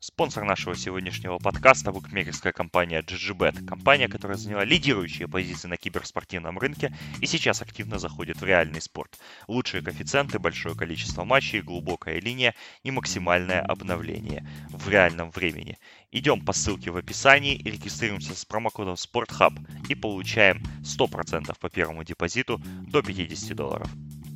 Спонсор нашего сегодняшнего подкаста – букмекерская компания GGBet. Компания, которая заняла лидирующие позиции на киберспортивном рынке и сейчас активно заходит в реальный спорт. Лучшие коэффициенты, большое количество матчей, глубокая линия и максимальное обновление в реальном времени. Идем по ссылке в описании, регистрируемся с промокодом SportHub и получаем 100% по первому депозиту до $50.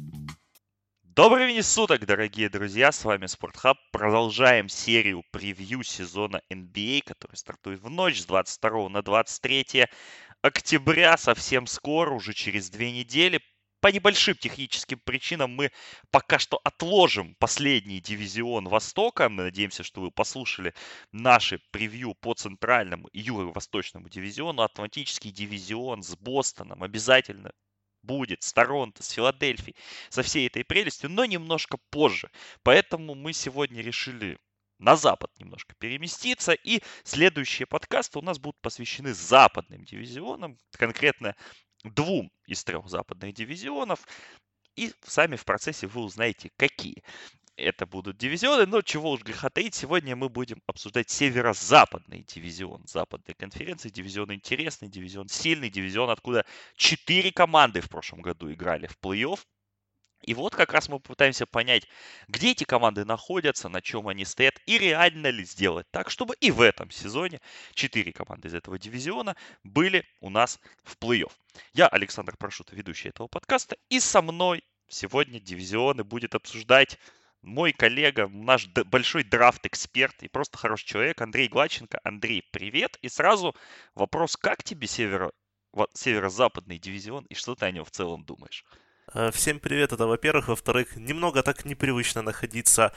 Добрый времени суток, дорогие друзья, с вами SportHub. Продолжаем серию превью сезона NBA, который стартует в ночь с 22 на 23 октября, совсем скоро, уже через 2 недели. По небольшим техническим причинам мы пока что отложим последний дивизион Востока. Мы надеемся, что вы послушали наши превью по центральному и юго-восточному дивизиону. Атлантический дивизион с Бостоном обязательно будет с Торонто, с Филадельфией, со всей этой прелестью, но немножко позже. Поэтому мы сегодня решили на запад немножко переместиться, и следующие подкасты у нас будут посвящены западным дивизионам, конкретно 2 из 3 западных дивизионов, и сами в процессе вы узнаете, какие это будут дивизионы, но чего уж греха таить, сегодня мы будем обсуждать северо-западный дивизион западной конференции. Дивизион интересный, дивизион сильный, дивизион, откуда 4 команды в прошлом году играли в плей-офф. И вот как раз мы попытаемся понять, где эти команды находятся, на чем они стоят, и реально ли сделать так, чтобы и в этом сезоне 4 команды из этого дивизиона были у нас в плей-офф. Я Александр Прошута, ведущий этого подкаста, и со мной сегодня дивизионы будет обсуждать мой коллега, наш большой драфт-эксперт и просто хороший человек Андрей Гладченко. Андрей, привет! И сразу вопрос, как тебе северо-западный дивизион и что ты о нем в целом думаешь? Всем привет, это во-первых. Во-вторых, немного так непривычно находиться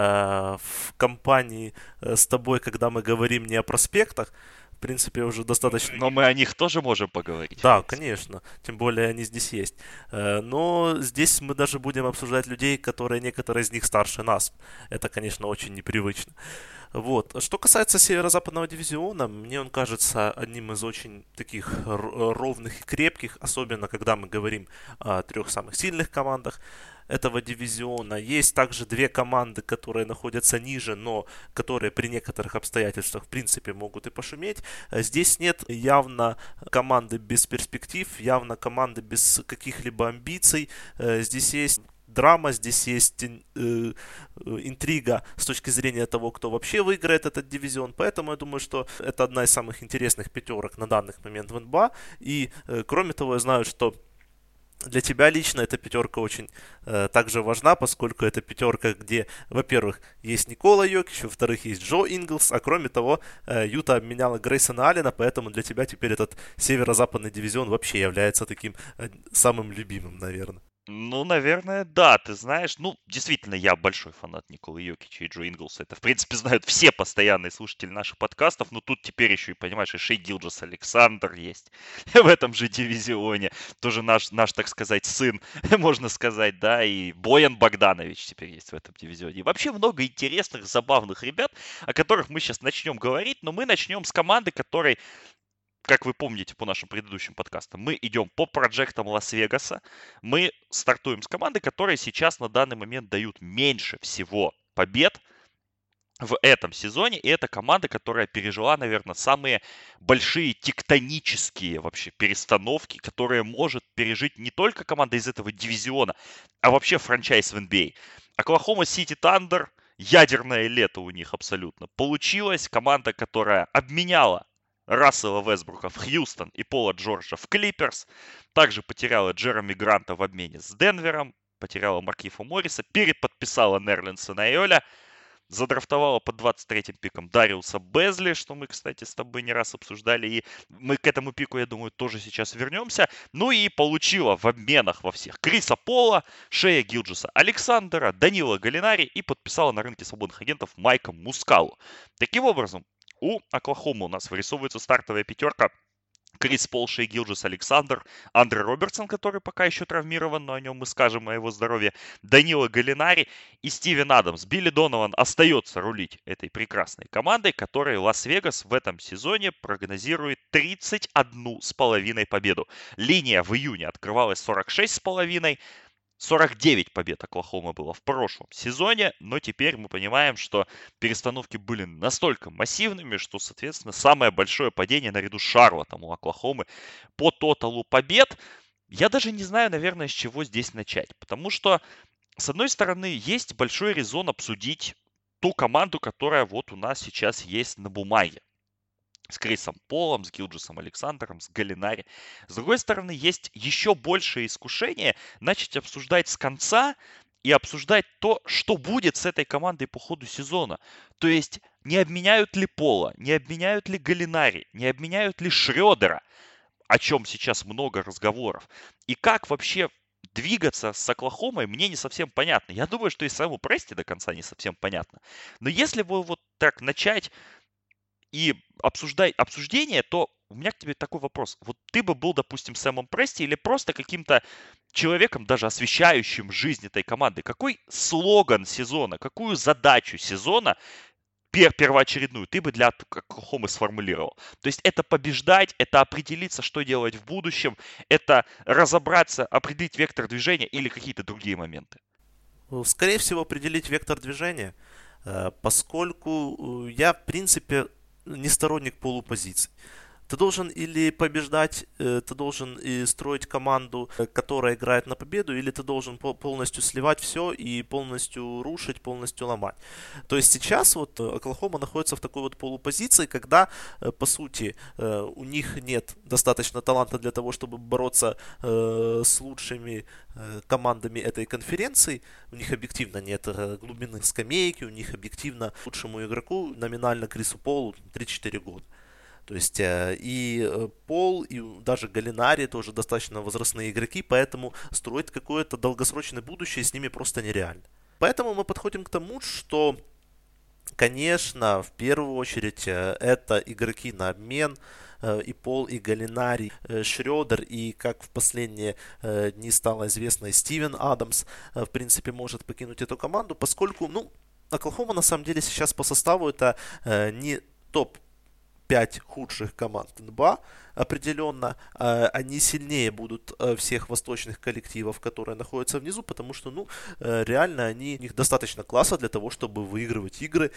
в компании с тобой, когда мы говорим не о проспектах. В принципе, уже достаточно... Но мы о них тоже можем поговорить. Да, конечно, тем более они здесь есть. Но здесь мы даже будем обсуждать людей, которые некоторые из них старше нас. Это, конечно, очень непривычно. Вот. Что касается северо-западного дивизиона, мне он кажется одним из очень таких ровных и крепких, особенно когда мы говорим о 3 самых сильных командах этого дивизиона. Есть также 2 команды, которые находятся ниже, но которые при некоторых обстоятельствах в принципе могут и пошуметь. Здесь нет явно команды без перспектив, явно команды без каких-либо амбиций. Здесь есть драма, здесь есть интрига с точки зрения того, кто вообще выиграет этот дивизион. Поэтому я думаю, что это одна из самых интересных пятерок на данный момент в НБА. И кроме того, я знаю, что для тебя лично эта пятерка очень также важна, поскольку это пятерка, где, во-первых, есть Никола Йокич, во-вторых, есть Джо Инглс, а кроме того, Юта обменяла Грейсона Аллена, поэтому для тебя теперь этот северо-западный дивизион вообще является таким самым любимым, наверное. Ну, наверное, да, ты знаешь, действительно, я большой фанат Николы Йокича и Джо Инглса. Это, в принципе, знают все постоянные слушатели наших подкастов, но тут теперь еще и, понимаешь, и Шей Гилджес Александр есть в этом же дивизионе. Тоже наш, так сказать, сын, можно сказать, да, и Боян Богданович теперь есть в этом дивизионе. И вообще много интересных, забавных ребят, о которых мы сейчас начнем говорить, но мы начнем с команды, которой, как вы помните по нашим предыдущим подкастам, мы идем по проектам Лас-Вегаса. Мы стартуем с команды, которые сейчас на данный момент дают меньше всего побед в этом сезоне. И это команда, которая пережила, наверное, самые большие тектонические вообще перестановки, которые может пережить не только команда из этого дивизиона, а вообще франчайз в NBA. Оклахома Сити Тандер, ядерное лето у них абсолютно получилось. Команда, которая обменяла Рассела Вестбрука в Хьюстон и Пола Джорджа в Клиперс. Также потеряла Джереми Гранта в обмене с Денвером. Потеряла Маркифа Морриса. Переподписала Нерлинса Найоля. Задрафтовала под 23-м пиком Дариуса Безли, что мы, кстати, с тобой не раз обсуждали. И мы к этому пику, я думаю, тоже сейчас вернемся. Ну и получила в обменах во всех Криса Пола, Шея Гилджеса Александра, Данила Галинари и подписала на рынке свободных агентов Майка Мускалу. Таким образом, у Оклахомы у нас вырисовывается стартовая пятерка. Крис Пол, Шей Гилджес Александр, Андре Робертсон, который пока еще травмирован, но о нем мы скажем, о его здоровье, Данила Галинари и Стивен Адамс. Билли Донован остается рулить этой прекрасной командой, которой Лас-Вегас в этом сезоне прогнозирует 31,5 победу. Линия в июне открывалась 46,5. 49 побед Оклахомы было в прошлом сезоне, но теперь мы понимаем, что перестановки были настолько массивными, что, соответственно, самое большое падение наряду с Шарлоттом у Оклахомы по тоталу побед. Я даже не знаю, наверное, с чего здесь начать, потому что, с одной стороны, есть большой резон обсудить ту команду, которая вот у нас сейчас есть на бумаге. С Крисом Полом, с Гилджесом Александром, с Галлинари. С другой стороны, есть еще большее искушение начать обсуждать с конца и обсуждать то, что будет с этой командой по ходу сезона. То есть, не обменяют ли Пола, не обменяют ли Галлинари, не обменяют ли Шредера, о чем сейчас много разговоров. И как вообще двигаться с Оклахомой, мне не совсем понятно. Я думаю, что и самому Прести до конца не совсем понятно. Но если бы вот так начать и обсуждение, то у меня к тебе такой вопрос. Вот ты бы был, допустим, Сэмом Прести или просто каким-то человеком, даже освещающим жизнь этой команды? Какой слоган сезона, какую задачу сезона первоочередную ты бы для Оклахомы сформулировал? То есть это побеждать, это определиться, что делать в будущем, это разобраться, определить вектор движения или какие-то другие моменты? Скорее всего, определить вектор движения, поскольку я, в принципе, не сторонник полупозиций. Ты должен или побеждать, ты должен и строить команду, которая играет на победу, или ты должен полностью сливать все и полностью рушить, полностью ломать. То есть сейчас вот Оклахома находится в такой вот полупозиции, когда, по сути, у них нет достаточно таланта для того, чтобы бороться с лучшими командами этой конференции. У них объективно нет глубины скамейки, у них объективно лучшему игроку, номинально Крису Полу, 3-4 года. То есть Пол, и даже Галлинари тоже достаточно возрастные игроки, поэтому строить какое-то долгосрочное будущее с ними просто нереально. Поэтому мы подходим к тому, что, конечно, в первую очередь это игроки на обмен, и Пол, и Галлинари, Шредер, и, как в последние дни стало известно, и Стивен Адамс, в принципе, может покинуть эту команду, поскольку, Оклахома на самом деле сейчас по составу это не топ 5 худших команд НБА определенно. Они сильнее будут всех восточных коллективов, которые находятся внизу, потому что, реально у них достаточно класса для того, чтобы выигрывать игры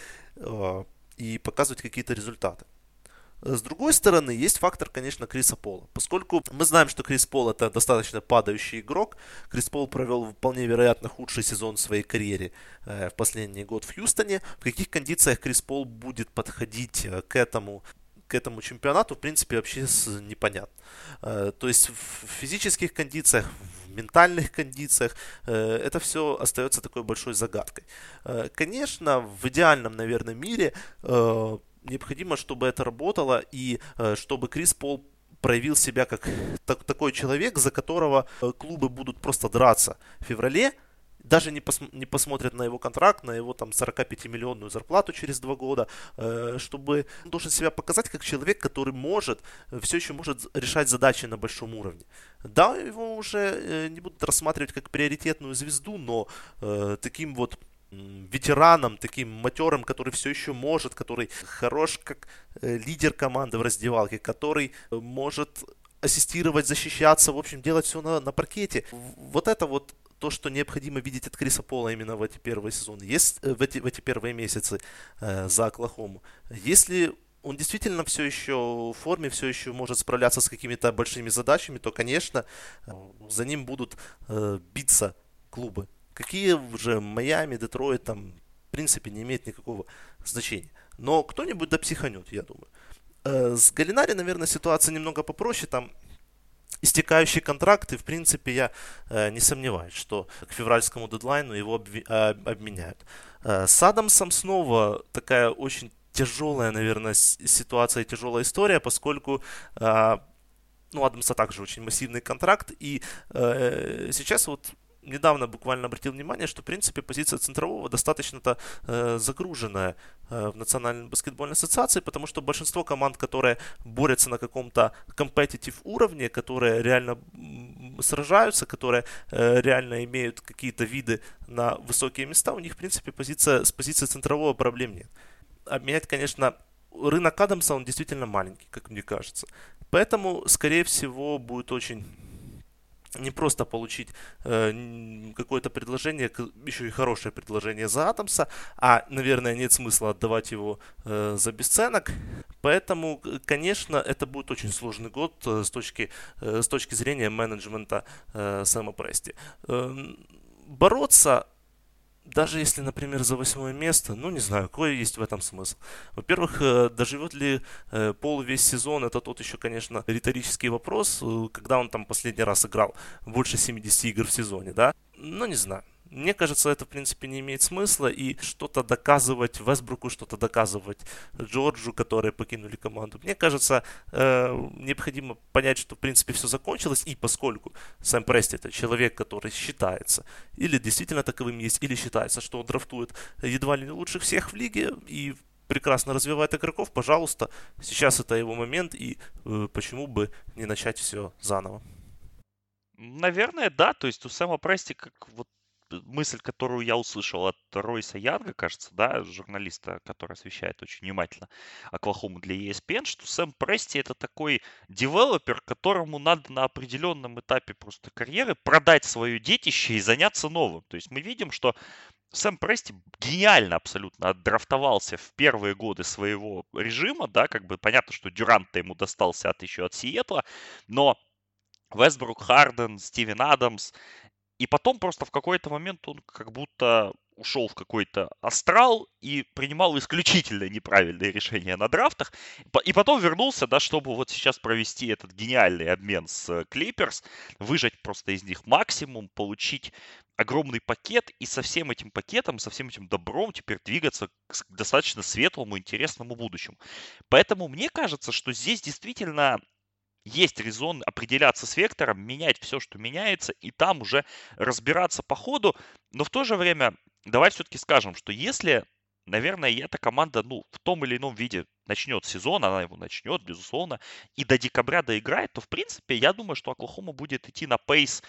и показывать какие-то результаты. С другой стороны, есть фактор, конечно, Криса Пола. Поскольку мы знаем, что Крис Пол это достаточно падающий игрок. Крис Пол провел вполне вероятно худший сезон в своей карьере в последний год в Хьюстоне. В каких кондициях Крис Пол будет подходить к этому чемпионату, в принципе, вообще непонятно. То есть в физических кондициях, в ментальных кондициях это все остается такой большой загадкой. Конечно, в идеальном, наверное, мире необходимо, чтобы это работало и чтобы Крис Пол проявил себя как такой человек, за которого клубы будут просто драться в феврале, даже не посмотрят на его контракт, на его там 45-миллионную зарплату через 2 года, чтобы он должен себя показать как человек, который все еще может решать задачи на большом уровне. Да, его уже не будут рассматривать как приоритетную звезду, но таким вот ветераном, таким матерым, который все еще может, который хорош как лидер команды в раздевалке, который может ассистировать, защищаться, в общем, делать все на паркете. Вот это вот то, что необходимо видеть от Криса Пола именно в эти первые сезоны, в эти первые месяцы за Оклахому. Если он действительно все еще в форме, все еще может справляться с какими-то большими задачами, то, конечно, за ним будут биться клубы. Какие же Майами, Детройт, там, в принципе, не имеет никакого значения. Но кто-нибудь допсиханет, я думаю. С Галлинари, наверное, ситуация немного попроще. Там истекающий контракт, и, в принципе, я не сомневаюсь, что к февральскому дедлайну его обменяют. С Адамсом снова такая очень тяжелая, наверное, ситуация, тяжелая история, поскольку Адамса также очень массивный контракт, и сейчас вот недавно буквально обратил внимание, что, в принципе, позиция центрового достаточно-то загруженная в Национальной баскетбольной ассоциации, потому что большинство команд, которые борются на каком-то competitive уровне, которые реально сражаются, которые реально имеют какие-то виды на высокие места, у них, в принципе, с позиции центрового проблем нет. Обменять, конечно, рынок Адамса, он действительно маленький, как мне кажется. Поэтому, скорее всего, будет очень не просто получить какое-то предложение, еще и хорошее предложение за Адамса, а, наверное, нет смысла отдавать его за бесценок. Поэтому, конечно, это будет очень сложный год с точки зрения менеджмента Сэма Прести. Бороться даже если, например, за 8 место, ну не знаю, какой есть в этом смысл. Во-первых, доживет ли Пол весь сезон, это тот еще, конечно, риторический вопрос, когда он там последний раз играл больше 70 игр в сезоне, да? Ну не знаю. Мне кажется, это, в принципе, не имеет смысла, и что-то доказывать Вестбруку, что-то доказывать Джорджу, которые покинули команду. Мне кажется, необходимо понять, что, в принципе, все закончилось, и поскольку Сэм Прести это человек, который считается, или действительно таковым есть, или считается, что он драфтует едва ли не лучших всех в лиге, и прекрасно развивает игроков, пожалуйста, сейчас это его момент, и почему бы не начать все заново. Наверное, да. То есть у Сэма Прести, как вот мысль, которую я услышал от Ройса Янга, кажется, да, журналиста, который освещает очень внимательно Оклахому для ESPN, что Сэм Прести это такой девелопер, которому надо на определенном этапе просто карьеры продать свое детище и заняться новым. То есть мы видим, что Сэм Прести гениально абсолютно отдрафтовался в первые годы своего режима, да, как бы понятно, что Дюрант ему достался еще от Сиэтла, но Вестбрук, Харден, Стивен Адамс. И потом просто в какой-то момент он как будто ушел в какой-то астрал и принимал исключительно неправильные решения на драфтах. И потом вернулся, да, чтобы вот сейчас провести этот гениальный обмен с Клиперс, выжать просто из них максимум, получить огромный пакет и со всем этим пакетом, со всем этим добром теперь двигаться к достаточно светлому, интересному будущему. Поэтому мне кажется, что здесь действительно есть резон определяться с вектором, менять все, что меняется, и там уже разбираться по ходу. Но в то же время давай все-таки скажем, что если, наверное, и эта команда, ну, в том или ином виде начнет сезон, она его начнет, безусловно, и до декабря доиграет, то, в принципе, я думаю, что Оклахома будет идти на пейс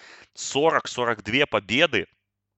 40-42 победы,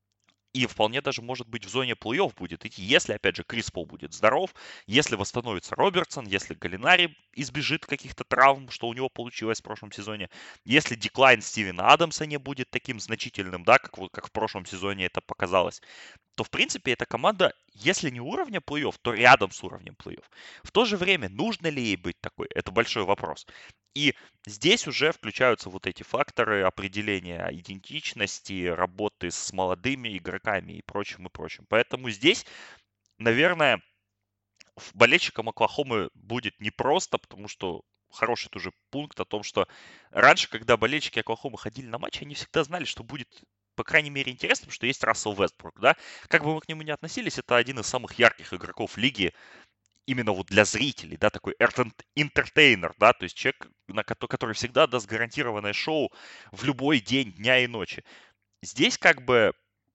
и вполне даже, может быть, в зоне плей-офф будет идти, если, опять же, Крис Пол будет здоров, если восстановится Робертсон, если Галлинари избежит каких-то травм, что у него получилось в прошлом сезоне, если деклайн Стивена Адамса не будет таким значительным, да, как в прошлом сезоне это показалось, то, в принципе, эта команда, если не уровня плей-офф, то рядом с уровнем плей-офф. В то же время, нужно ли ей быть такой, это большой вопрос. И здесь уже включаются вот эти факторы определения идентичности, работы с молодыми игроками и прочим, и прочим. Поэтому здесь, наверное, болельщикам Оклахомы будет непросто, потому что хороший тоже пункт о том, что раньше, когда болельщики Оклахомы ходили на матчи, они всегда знали, что будет, по крайней мере, интересно, что есть Рассел Вестбрук, да. Как бы мы к нему ни относились, это один из самых ярких игроков лиги, именно вот для зрителей, да, такой entertainer, да, то есть человек, который всегда даст гарантированное шоу в любой день, дня и ночи. Здесь как бы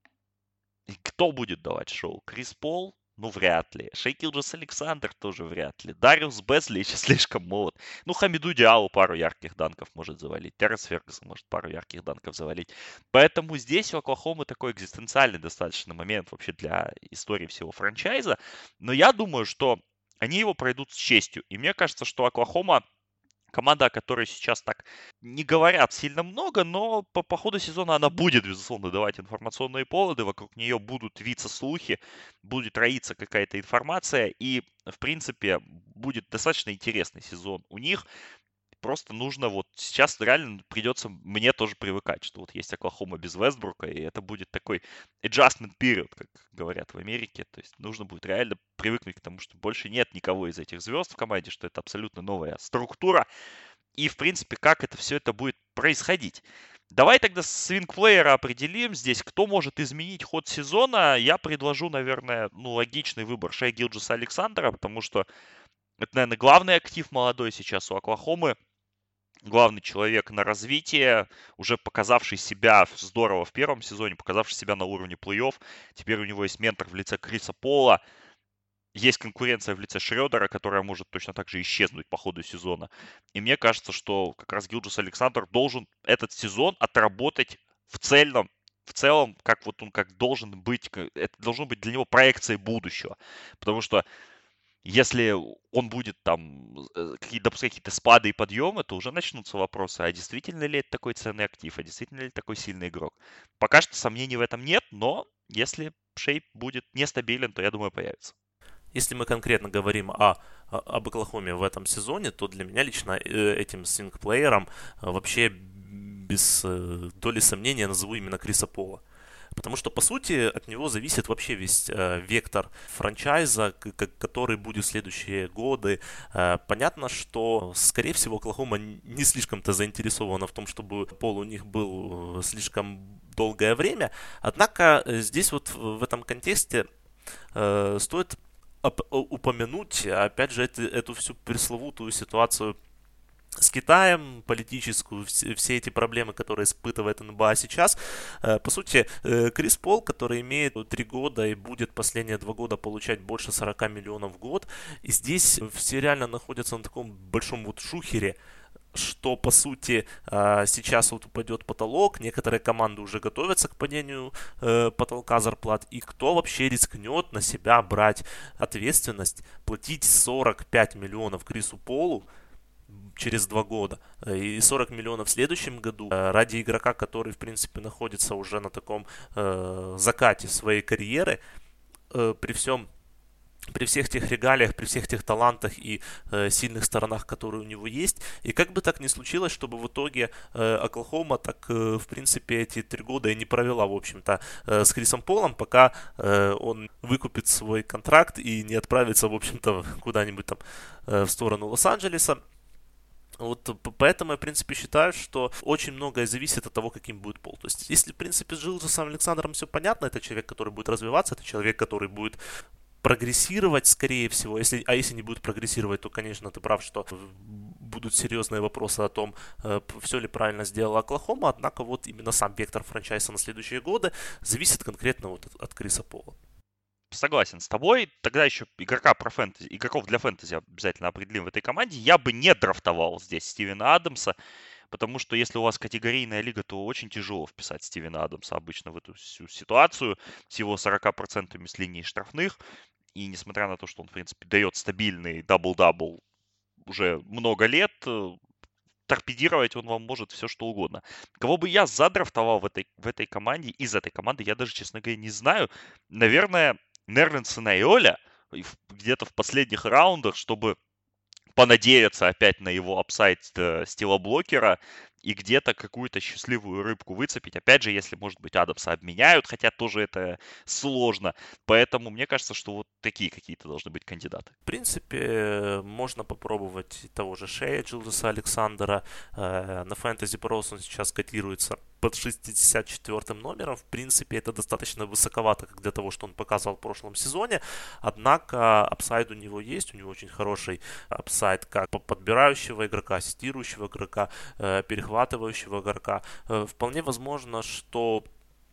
кто будет давать шоу? Крис Пол? Ну, вряд ли. Шей Гилджес Александр тоже вряд ли. Дариус Бесли еще слишком молод. Ну, Хамиду Диалу пару ярких данков может завалить. Терренс Фергюсон может пару ярких данков завалить. Поэтому здесь у Оклахомы такой экзистенциальный достаточно момент вообще для истории всего франчайза. Но я думаю, что они его пройдут с честью. И мне кажется, что Оклахома команда, о которой сейчас так не говорят сильно много, но по ходу сезона она будет, безусловно, давать информационные поводы, вокруг нее будут виться слухи, будет роиться какая-то информация, и, в принципе, будет достаточно интересный сезон у них. Просто нужно вот сейчас реально придется мне тоже привыкать, что вот есть Оклахома без Вестбрука, и это будет такой adjustment period, как говорят в Америке. То есть нужно будет реально привыкнуть к тому, что больше нет никого из этих звезд в команде, что это абсолютно новая структура. И, в принципе, как это все это будет происходить. Давай тогда свинг-плеера определим здесь, кто может изменить ход сезона. Я предложу, наверное, ну, логичный выбор Шея Гилджеса Александра, потому что это, наверное, главный актив молодой сейчас у Оклахомы. Главный человек на развитие, уже показавший себя здорово в первом сезоне, показавший себя на уровне плей-офф. Теперь у него есть ментор в лице Криса Пола. Есть конкуренция в лице Шредера, которая может точно так же исчезнуть по ходу сезона. И мне кажется, что как раз Гилджес Александр должен этот сезон отработать в целом, как вот он как должен быть, это должно быть для него проекцией будущего. Потому что Если он будет там допускать какие-то спады и подъемы, то уже начнутся вопросы, а действительно ли это такой ценный актив, а действительно ли это такой сильный игрок. Пока что сомнений в этом нет, но если Шей будет нестабилен, то я думаю, появится. Если мы конкретно говорим об Оклахоме в этом сезоне, то для меня лично этим свинг-плеером вообще без доли сомнения назову именно Криса Пола. Потому что, по сути, от него зависит вообще весь вектор франчайза, который будет в следующие годы. Понятно, что, скорее всего, Оклахома не слишком-то заинтересована в том, чтобы Пол у них был слишком долгое время. Однако здесь вот в этом контексте стоит упомянуть, опять же, эту всю пресловутую ситуацию с Китаем, политическую, все эти проблемы, которые испытывает НБА сейчас. По сути, Крис Пол, который имеет 3 года и будет последние 2 года получать больше 40 миллионов в год, и здесь все реально находятся на таком большом вот шухере, что, по сути, сейчас вот упадет потолок, некоторые команды уже готовятся к падению потолка зарплат, и кто вообще рискнет на себя брать ответственность, платить 45 миллионов Крису Полу через 2 года и 40 миллионов в следующем году ради игрока, который, в принципе, находится уже на таком закате своей карьеры, при всех тех регалиях, при всех тех талантах и сильных сторонах, которые у него есть. И как бы так ни случилось, чтобы в итоге Оклахома так, в принципе, эти 3 года и не провела, в общем-то, с Крисом Полом, пока он выкупит свой контракт и не отправится, в общем-то, куда-нибудь там в сторону Лос-Анджелеса. Вот поэтому я, в принципе, считаю, что очень многое зависит от того, каким будет Пол. То есть, если, в принципе, с Джилджесом Александром все понятно, это человек, который будет развиваться, это человек, который будет прогрессировать, скорее всего. Если не будет прогрессировать, то, конечно, ты прав, что будут серьезные вопросы о том, все ли правильно сделала Оклахома. Однако вот именно сам вектор франчайза на следующие годы зависит конкретно вот от Криса Пола. Согласен с тобой. Тогда еще игроков для фэнтези обязательно определим в этой команде. Я бы не драфтовал здесь Стивена Адамса, потому что если у вас категорийная лига, то очень тяжело вписать Стивена Адамса обычно в эту всю ситуацию с его 40% с линии штрафных. И несмотря на то, что он, в принципе, дает стабильный дабл-дабл уже много лет, торпедировать он вам может все что угодно. Кого бы я задрафтовал в этой команде, из этой команды, я даже, честно говоря, не знаю. Наверное, Нерлинсона и Оля где-то в последних раундах, чтобы понадеяться опять на его апсайд стилоблокера и где-то какую-то счастливую рыбку выцепить. Опять же, если, может быть, Адамса обменяют, хотя тоже это сложно. Поэтому мне кажется, что вот такие какие-то должны быть кандидаты. В принципе, можно попробовать того же Шея, Джилджеса Александра. На Fantasy Pros он сейчас котируется под 64 номером. В принципе, это достаточно высоковато как для того, что он показывал в прошлом сезоне. Однако апсайд у него есть. У него очень хороший апсайд как подбирающего игрока, ассистирующего игрока, перехватывающего игрока. Вполне возможно, что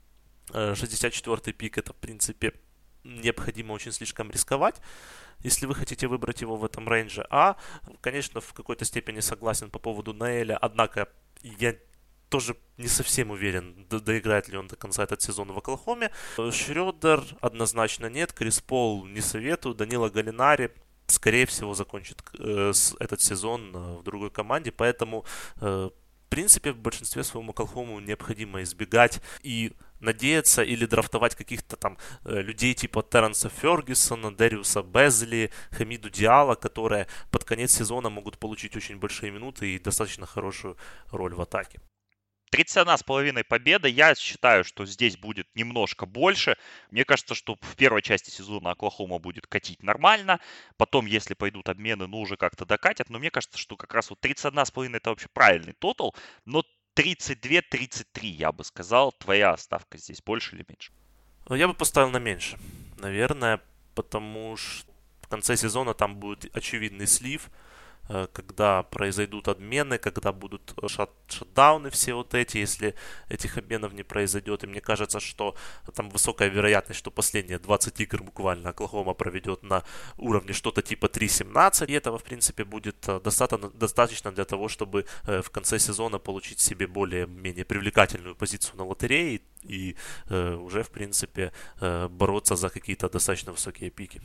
64-й пик это, в принципе, необходимо очень слишком рисковать, если вы хотите выбрать его в этом рейнже. Конечно, в какой-то степени согласен по поводу Наэля, однако я тоже не совсем уверен, доиграет ли он до конца этот сезон в Оклахоме. Шрёдер однозначно нет, Крис Пол не советую, Данило Галлинари скорее всего закончит этот сезон в другой команде, поэтому в принципе в большинстве своем Оклахому необходимо избегать и надеяться или драфтовать каких-то там людей типа Терренса Фергюсона, Дэриуса Безли, Хамиду Диала, которые под конец сезона могут получить очень большие минуты и достаточно хорошую роль в атаке. 31,5 победа. Я считаю, что здесь будет немножко больше. Мне кажется, что в первой части сезона Оклахома будет катить нормально. Потом, если пойдут обмены, ну уже как-то докатят. Но мне кажется, что как раз вот 31,5 это вообще правильный тотал. Но 32-33, я бы сказал. Твоя ставка здесь больше или меньше? Я бы поставил на меньше, наверное, потому что в конце сезона там будет очевидный слив, когда произойдут обмены, когда будут шатдауны все вот эти, если этих обменов не произойдет. И мне кажется, что там высокая вероятность, что последние 20 игр буквально Оклахома проведет на уровне что-то типа 3-17. И этого, в принципе, будет достаточно для того, чтобы в конце сезона получить себе более-менее привлекательную позицию на лотерее и уже, в принципе, бороться за какие-то достаточно высокие пики.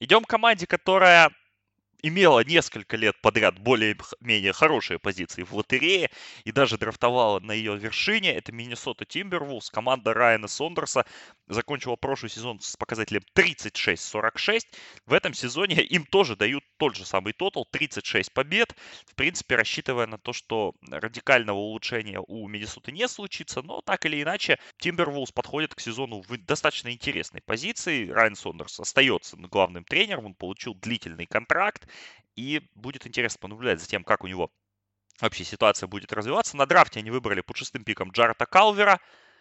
Идем к команде, которая имела несколько лет подряд более-менее хорошие позиции в лотерее и даже драфтовала на ее вершине. Это Миннесота Тимбервулфс. Команда Райана Сондерса закончила прошлый сезон с показателем 36-46. В этом сезоне им тоже дают тот же самый тотал, 36 побед. В принципе, рассчитывая на то, что радикального улучшения у Миннесоты не случится, но так или иначе, Тимбервулфс подходит к сезону в достаточно интересной позиции. Райан Сондерс остается главным тренером, он получил длительный контракт, и будет интересно понаблюдать за тем, как у него вообще ситуация будет развиваться. На драфте они выбрали под 6-м пиком Джарета Калвера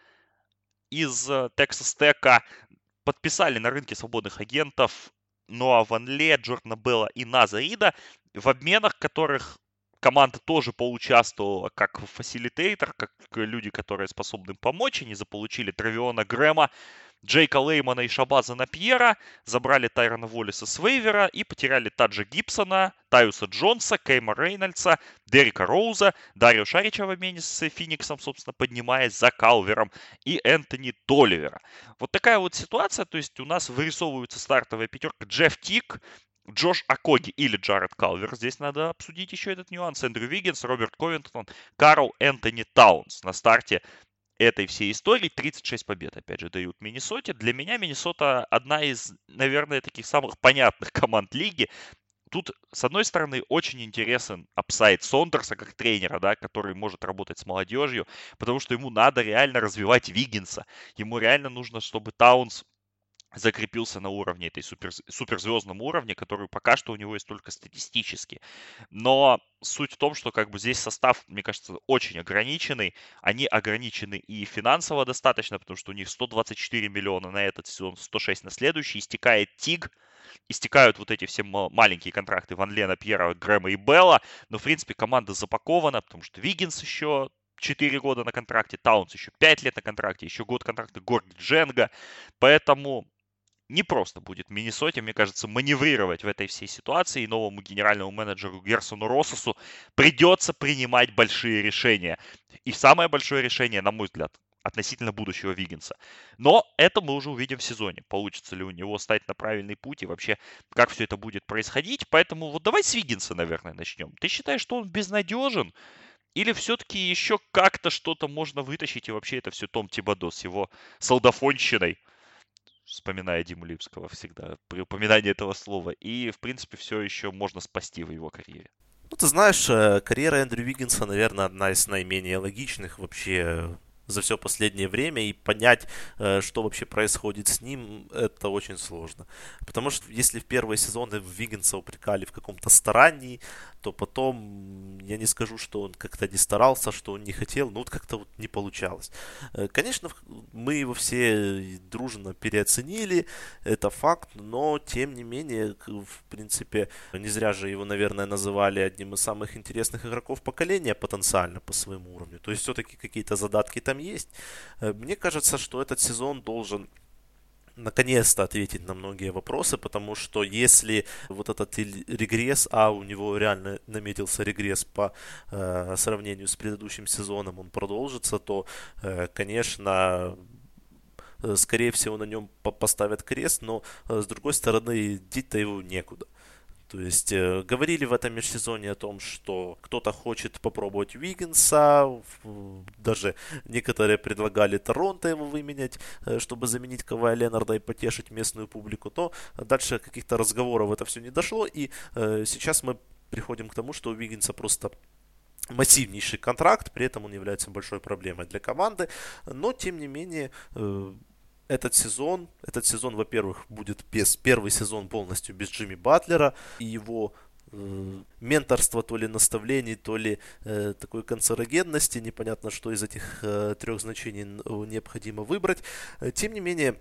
из Texas Tech. Подписали на рынке свободных агентов Ноа Ван Ле, Джордана Белла и Наза Рида, в обменах которых команда тоже поучаствовала как фасилитейтор, как люди, которые способны помочь. Они заполучили Травиона Грэма, Джейка Леймана и Шабаза Напьера, забрали Тайрона Воллиса с вейвера и потеряли Таджа Гибсона, Таюса Джонса, Кейма Рейнольдса, Дерека Роуза, Дарио Шарича в обмене с Фениксом, собственно, поднимаясь за Калвером, и Энтони Толивера. Вот такая вот ситуация, то есть у нас вырисовывается стартовая пятерка: Джефф Тик, Джош Акоги или Джаред Калвер. Здесь надо обсудить еще этот нюанс. Эндрю Виггинс, Роберт Ковингтон, Карл Энтони Таунс на старте этой всей истории. 36 побед, опять же, дают Миннесоте. Для меня Миннесота одна из, наверное, таких самых понятных команд лиги. Тут, с одной стороны, очень интересен апсайд Сондерса как тренера, да, который может работать с молодежью, потому что ему надо реально развивать Виггинса. Ему реально нужно, чтобы Таунс закрепился на уровне этой суперзвездном уровне, который пока что у него есть только статистически. Но суть в том, что как бы здесь состав, мне кажется, очень ограниченный. Они ограничены и финансово достаточно, потому что у них 124 миллиона на этот сезон, 106 на следующий. Истекает ТИГ, истекают вот эти все маленькие контракты Ван Лена, Пьера, Грэма и Белла. Но, в принципе, команда запакована, потому что Виггинс еще 4 года на контракте, Таунс еще 5 лет на контракте, еще год контракта Горди Дженга. Поэтому не просто будет Миннесоте, мне кажется, маневрировать в этой всей ситуации, и новому генеральному менеджеру Герсону Россосу придется принимать большие решения. И самое большое решение, на мой взгляд, относительно будущего Виггинса. Но это мы уже увидим в сезоне. Получится ли у него стать на правильный путь и вообще как все это будет происходить. Поэтому вот давай с Виггинса, наверное, начнем. Ты считаешь, что он безнадежен? Или все-таки еще как-то что-то можно вытащить, и вообще это все Том Тибадо с его солдафонщиной, вспоминая Диму Липского всегда, при упоминании этого слова. И, в принципе, все еще можно спасти в его карьере. Ну, ты знаешь, карьера Эндрю Виггинса, наверное, одна из наименее логичных вообще за все последнее время, и понять, что вообще происходит с ним, это очень сложно. Потому что если в первые сезоны Виггинса упрекали в каком-то старании, то потом я не скажу, что он как-то не старался, что он не хотел, но вот как-то вот не получалось. Конечно, мы его все дружно переоценили, это факт, но тем не менее, в принципе, не зря же его, наверное, называли одним из самых интересных игроков поколения потенциально по своему уровню. То есть все-таки какие-то задатки там есть. Мне кажется, что этот сезон должен наконец-то ответить на многие вопросы, потому что если вот этот регресс, а у него реально наметился регресс по сравнению с предыдущим сезоном, он продолжится, то, конечно, скорее всего на нем поставят крест, но с другой стороны, деть-то его некуда. То есть говорили в этом межсезонье о том, что кто-то хочет попробовать Уиггинса, даже некоторые предлагали Торонто его выменять, чтобы заменить Кавая Ленарда и потешить местную публику, то дальше каких-то разговоров это все не дошло, и сейчас мы приходим к тому, что у Уиггинса просто массивнейший контракт, при этом он является большой проблемой для команды, но тем не менее этот сезон, во-первых, будет первый сезон полностью без Джимми Батлера, и его менторство, то ли наставлений, то ли такой канцерогенности, непонятно, что из этих трех значений необходимо выбрать. Тем не менее,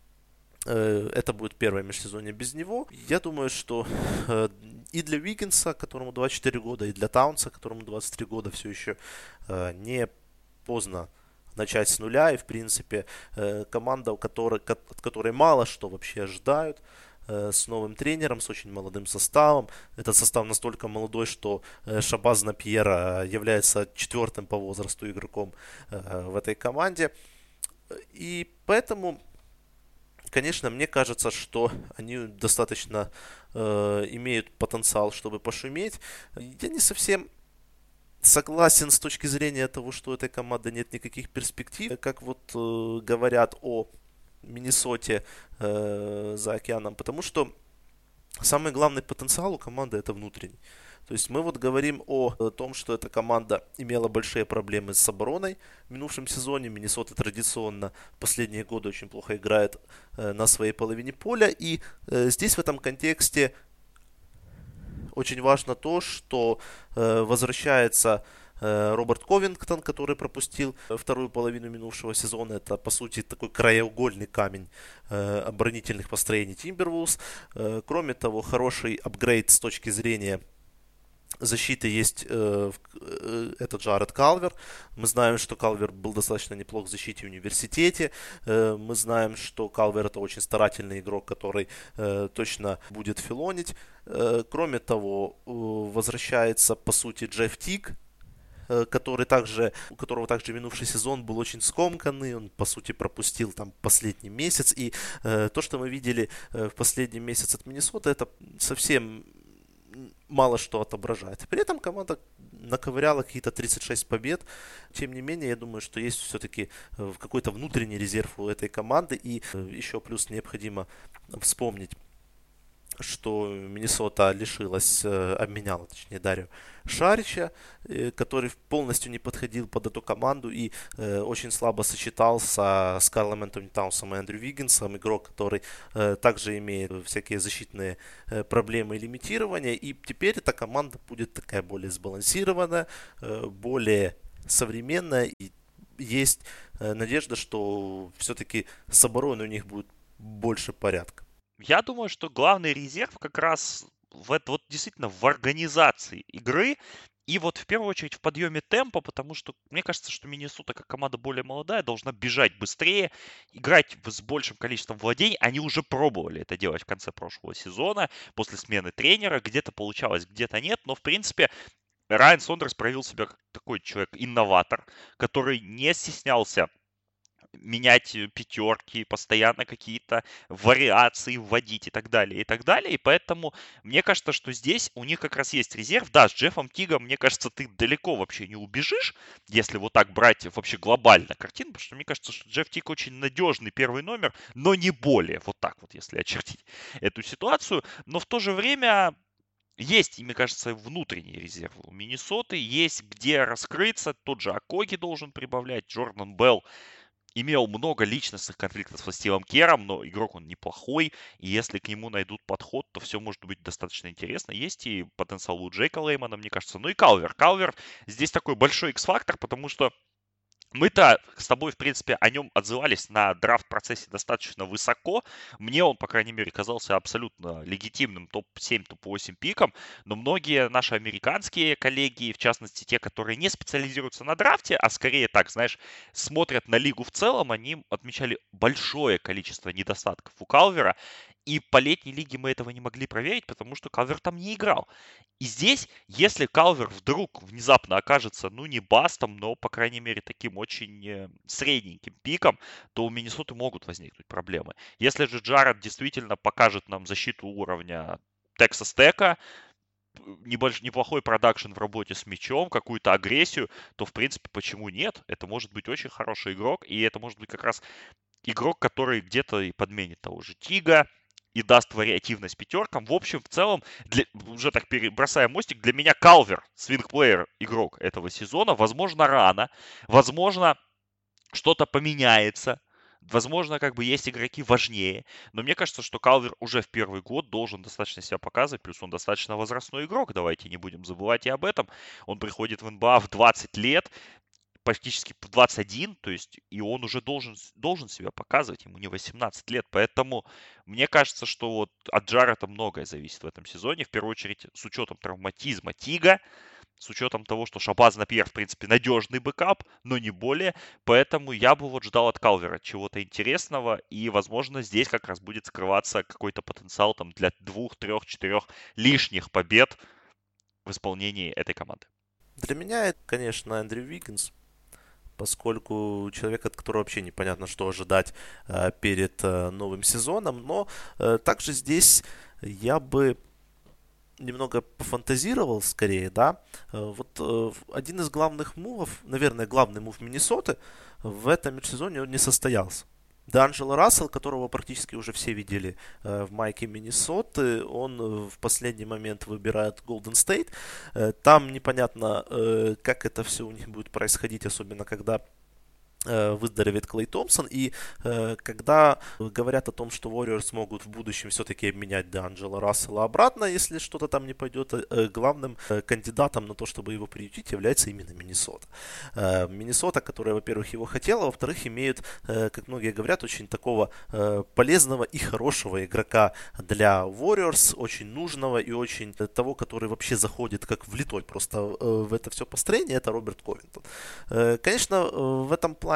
это будет первое межсезонье без него. Я думаю, что и для Уиггинса, которому 24 года, и для Таунса, которому 23 года, все еще не поздно начать с нуля, и в принципе команда, от которой мало что вообще ожидают, с новым тренером, с очень молодым составом. Этот состав настолько молодой, что Шабаз Напьер является четвертым по возрасту игроком в этой команде. И поэтому, Конечно, мне кажется, что они достаточно имеют потенциал, чтобы пошуметь. Я не совсем согласен с точки зрения того, что у этой команды нет никаких перспектив. Как вот говорят о Миннесоте за океаном, потому что самый главный потенциал у команды это внутренний. То есть мы вот говорим о том, что эта команда имела большие проблемы с обороной в минувшем сезоне. Миннесота традиционно последние годы очень плохо играет на своей половине поля. И здесь в этом контексте очень важно то, что возвращается Роберт Ковингтон, который пропустил вторую половину минувшего сезона. Это, по сути, такой краеугольный камень оборонительных построений Timberwolves. Кроме того, хороший апгрейд с точки зрения защиты есть это Джаред Калвер. Мы знаем, что Калвер был достаточно неплох в защите в университете. Мы знаем, что Калвер это очень старательный игрок, который точно будет филонить. Кроме того, возвращается по сути Джефф Тиг, у которого также минувший сезон был очень скомканный, он по сути пропустил там последний месяц, и то, что мы видели в последний месяц от Миннесоты, это совсем мало что отображает. При этом команда наковыряла какие-то 36 побед. Тем не менее, я думаю, что есть все-таки какой-то внутренний резерв у этой команды. И еще плюс необходимо вспомнить, что Миннесота обменяла, точнее, Дарио Шарича, который полностью не подходил под эту команду и очень слабо сочетался с Карлом Энтони Таунсом и Эндрю Виггинсом, игрок, который также имеет всякие защитные проблемы и лимитирования, и теперь эта команда будет такая более сбалансированная, более современная, и есть надежда, что все-таки с обороной у них будет больше порядка. Я думаю, что главный резерв как раз вот действительно в организации игры и вот в первую очередь в подъеме темпа, потому что мне кажется, что Миннесота как команда более молодая должна бежать быстрее, играть с большим количеством владений. Они уже пробовали это делать в конце прошлого сезона, после смены тренера. Где-то получалось, где-то нет, но в принципе Райан Сондерс проявил себя как такой человек-инноватор, который не стеснялся менять пятерки, постоянно какие-то вариации вводить и так далее, и так далее. И поэтому мне кажется, что здесь у них как раз есть резерв. Да, с Джеффом Тигом, мне кажется, ты далеко вообще не убежишь, если вот так брать вообще глобально картину, потому что мне кажется, что Джефф Тиг очень надежный первый номер, но не более. Вот так вот, если очертить эту ситуацию. Но в то же время есть, и мне кажется, внутренний резерв у Миннесоты, есть где раскрыться. Тот же Окоги должен прибавлять, Джордан Белл имел много личностных конфликтов со Стивом Кером, но игрок он неплохой, и если к нему найдут подход, то все может быть достаточно интересно. Есть и потенциал у Джейка Леймана, мне кажется, ну и Калвер. Калвер здесь такой большой X-фактор, потому что мы-то с тобой, в принципе, о нем отзывались на драфт-процессе достаточно высоко. Мне он, по крайней мере, казался абсолютно легитимным топ-7, топ-8 пиком. Но многие наши американские коллеги, в частности, те, которые не специализируются на драфте, а скорее так, знаешь, смотрят на лигу в целом, они отмечали большое количество недостатков у Калвера. И по летней лиге мы этого не могли проверить, потому что Калвер там не играл. И здесь, если Калвер вдруг внезапно окажется, ну, не бастом, но, по крайней мере, таким очень средненьким пиком, то у Миннесоты могут возникнуть проблемы. Если же Джаред действительно покажет нам защиту уровня Texas Tech, неплохой продакшн в работе с мячом, какую-то агрессию, то, в принципе, почему нет? Это может быть очень хороший игрок, и это может быть как раз игрок, который где-то и подменит того же Тига, и даст вариативность пятеркам. В общем, в целом, уже так бросая мостик, для меня Калвер, свингплеер игрок этого сезона, возможно, рано, возможно, что-то поменяется, возможно, как бы есть игроки важнее, но мне кажется, что Калвер уже в первый год должен достаточно себя показывать, плюс он достаточно возрастной игрок, давайте не будем забывать и об этом. Он приходит в НБА в 20 лет, практически в 21, то есть и он уже должен себя показывать, ему не 18 лет, поэтому мне кажется, что вот от Джарета многое зависит в этом сезоне, в первую очередь с учетом травматизма Тига, с учетом того, что Шабаз Напьер, в принципе, надежный бэкап, но не более, поэтому я бы вот ждал от Калвера чего-то интересного, и, возможно, здесь как раз будет скрываться какой-то потенциал там для 2, 3, 4 лишних побед в исполнении этой команды. Для меня это, конечно, Эндрю Виггинс, поскольку человек, от которого вообще непонятно, что ожидать перед новым сезоном. Но также здесь я бы немного пофантазировал скорее, да. Один из главных мувов, наверное, главный мув Миннесоты в этом межсезонье он не состоялся. Д'Анджело Рассел, которого практически уже все видели в майке Миннесоты, он в последний момент выбирает Golden State. Там непонятно, как это все у них будет происходить, особенно когда выздоровеет Клей Томпсон. И когда говорят о том, что Warriors могут в будущем все-таки обменять Д'Анджело Рассела обратно, если что-то там не пойдет, главным кандидатом на то, чтобы его приютить, является именно Миннесота. Миннесота, которая, во-первых, его хотела, во-вторых, имеет, как многие говорят, очень такого полезного и хорошего игрока для Warriors, очень нужного и очень того, который вообще заходит как влитой просто в это все построение, это Роберт Ковингтон. Конечно, в этом плане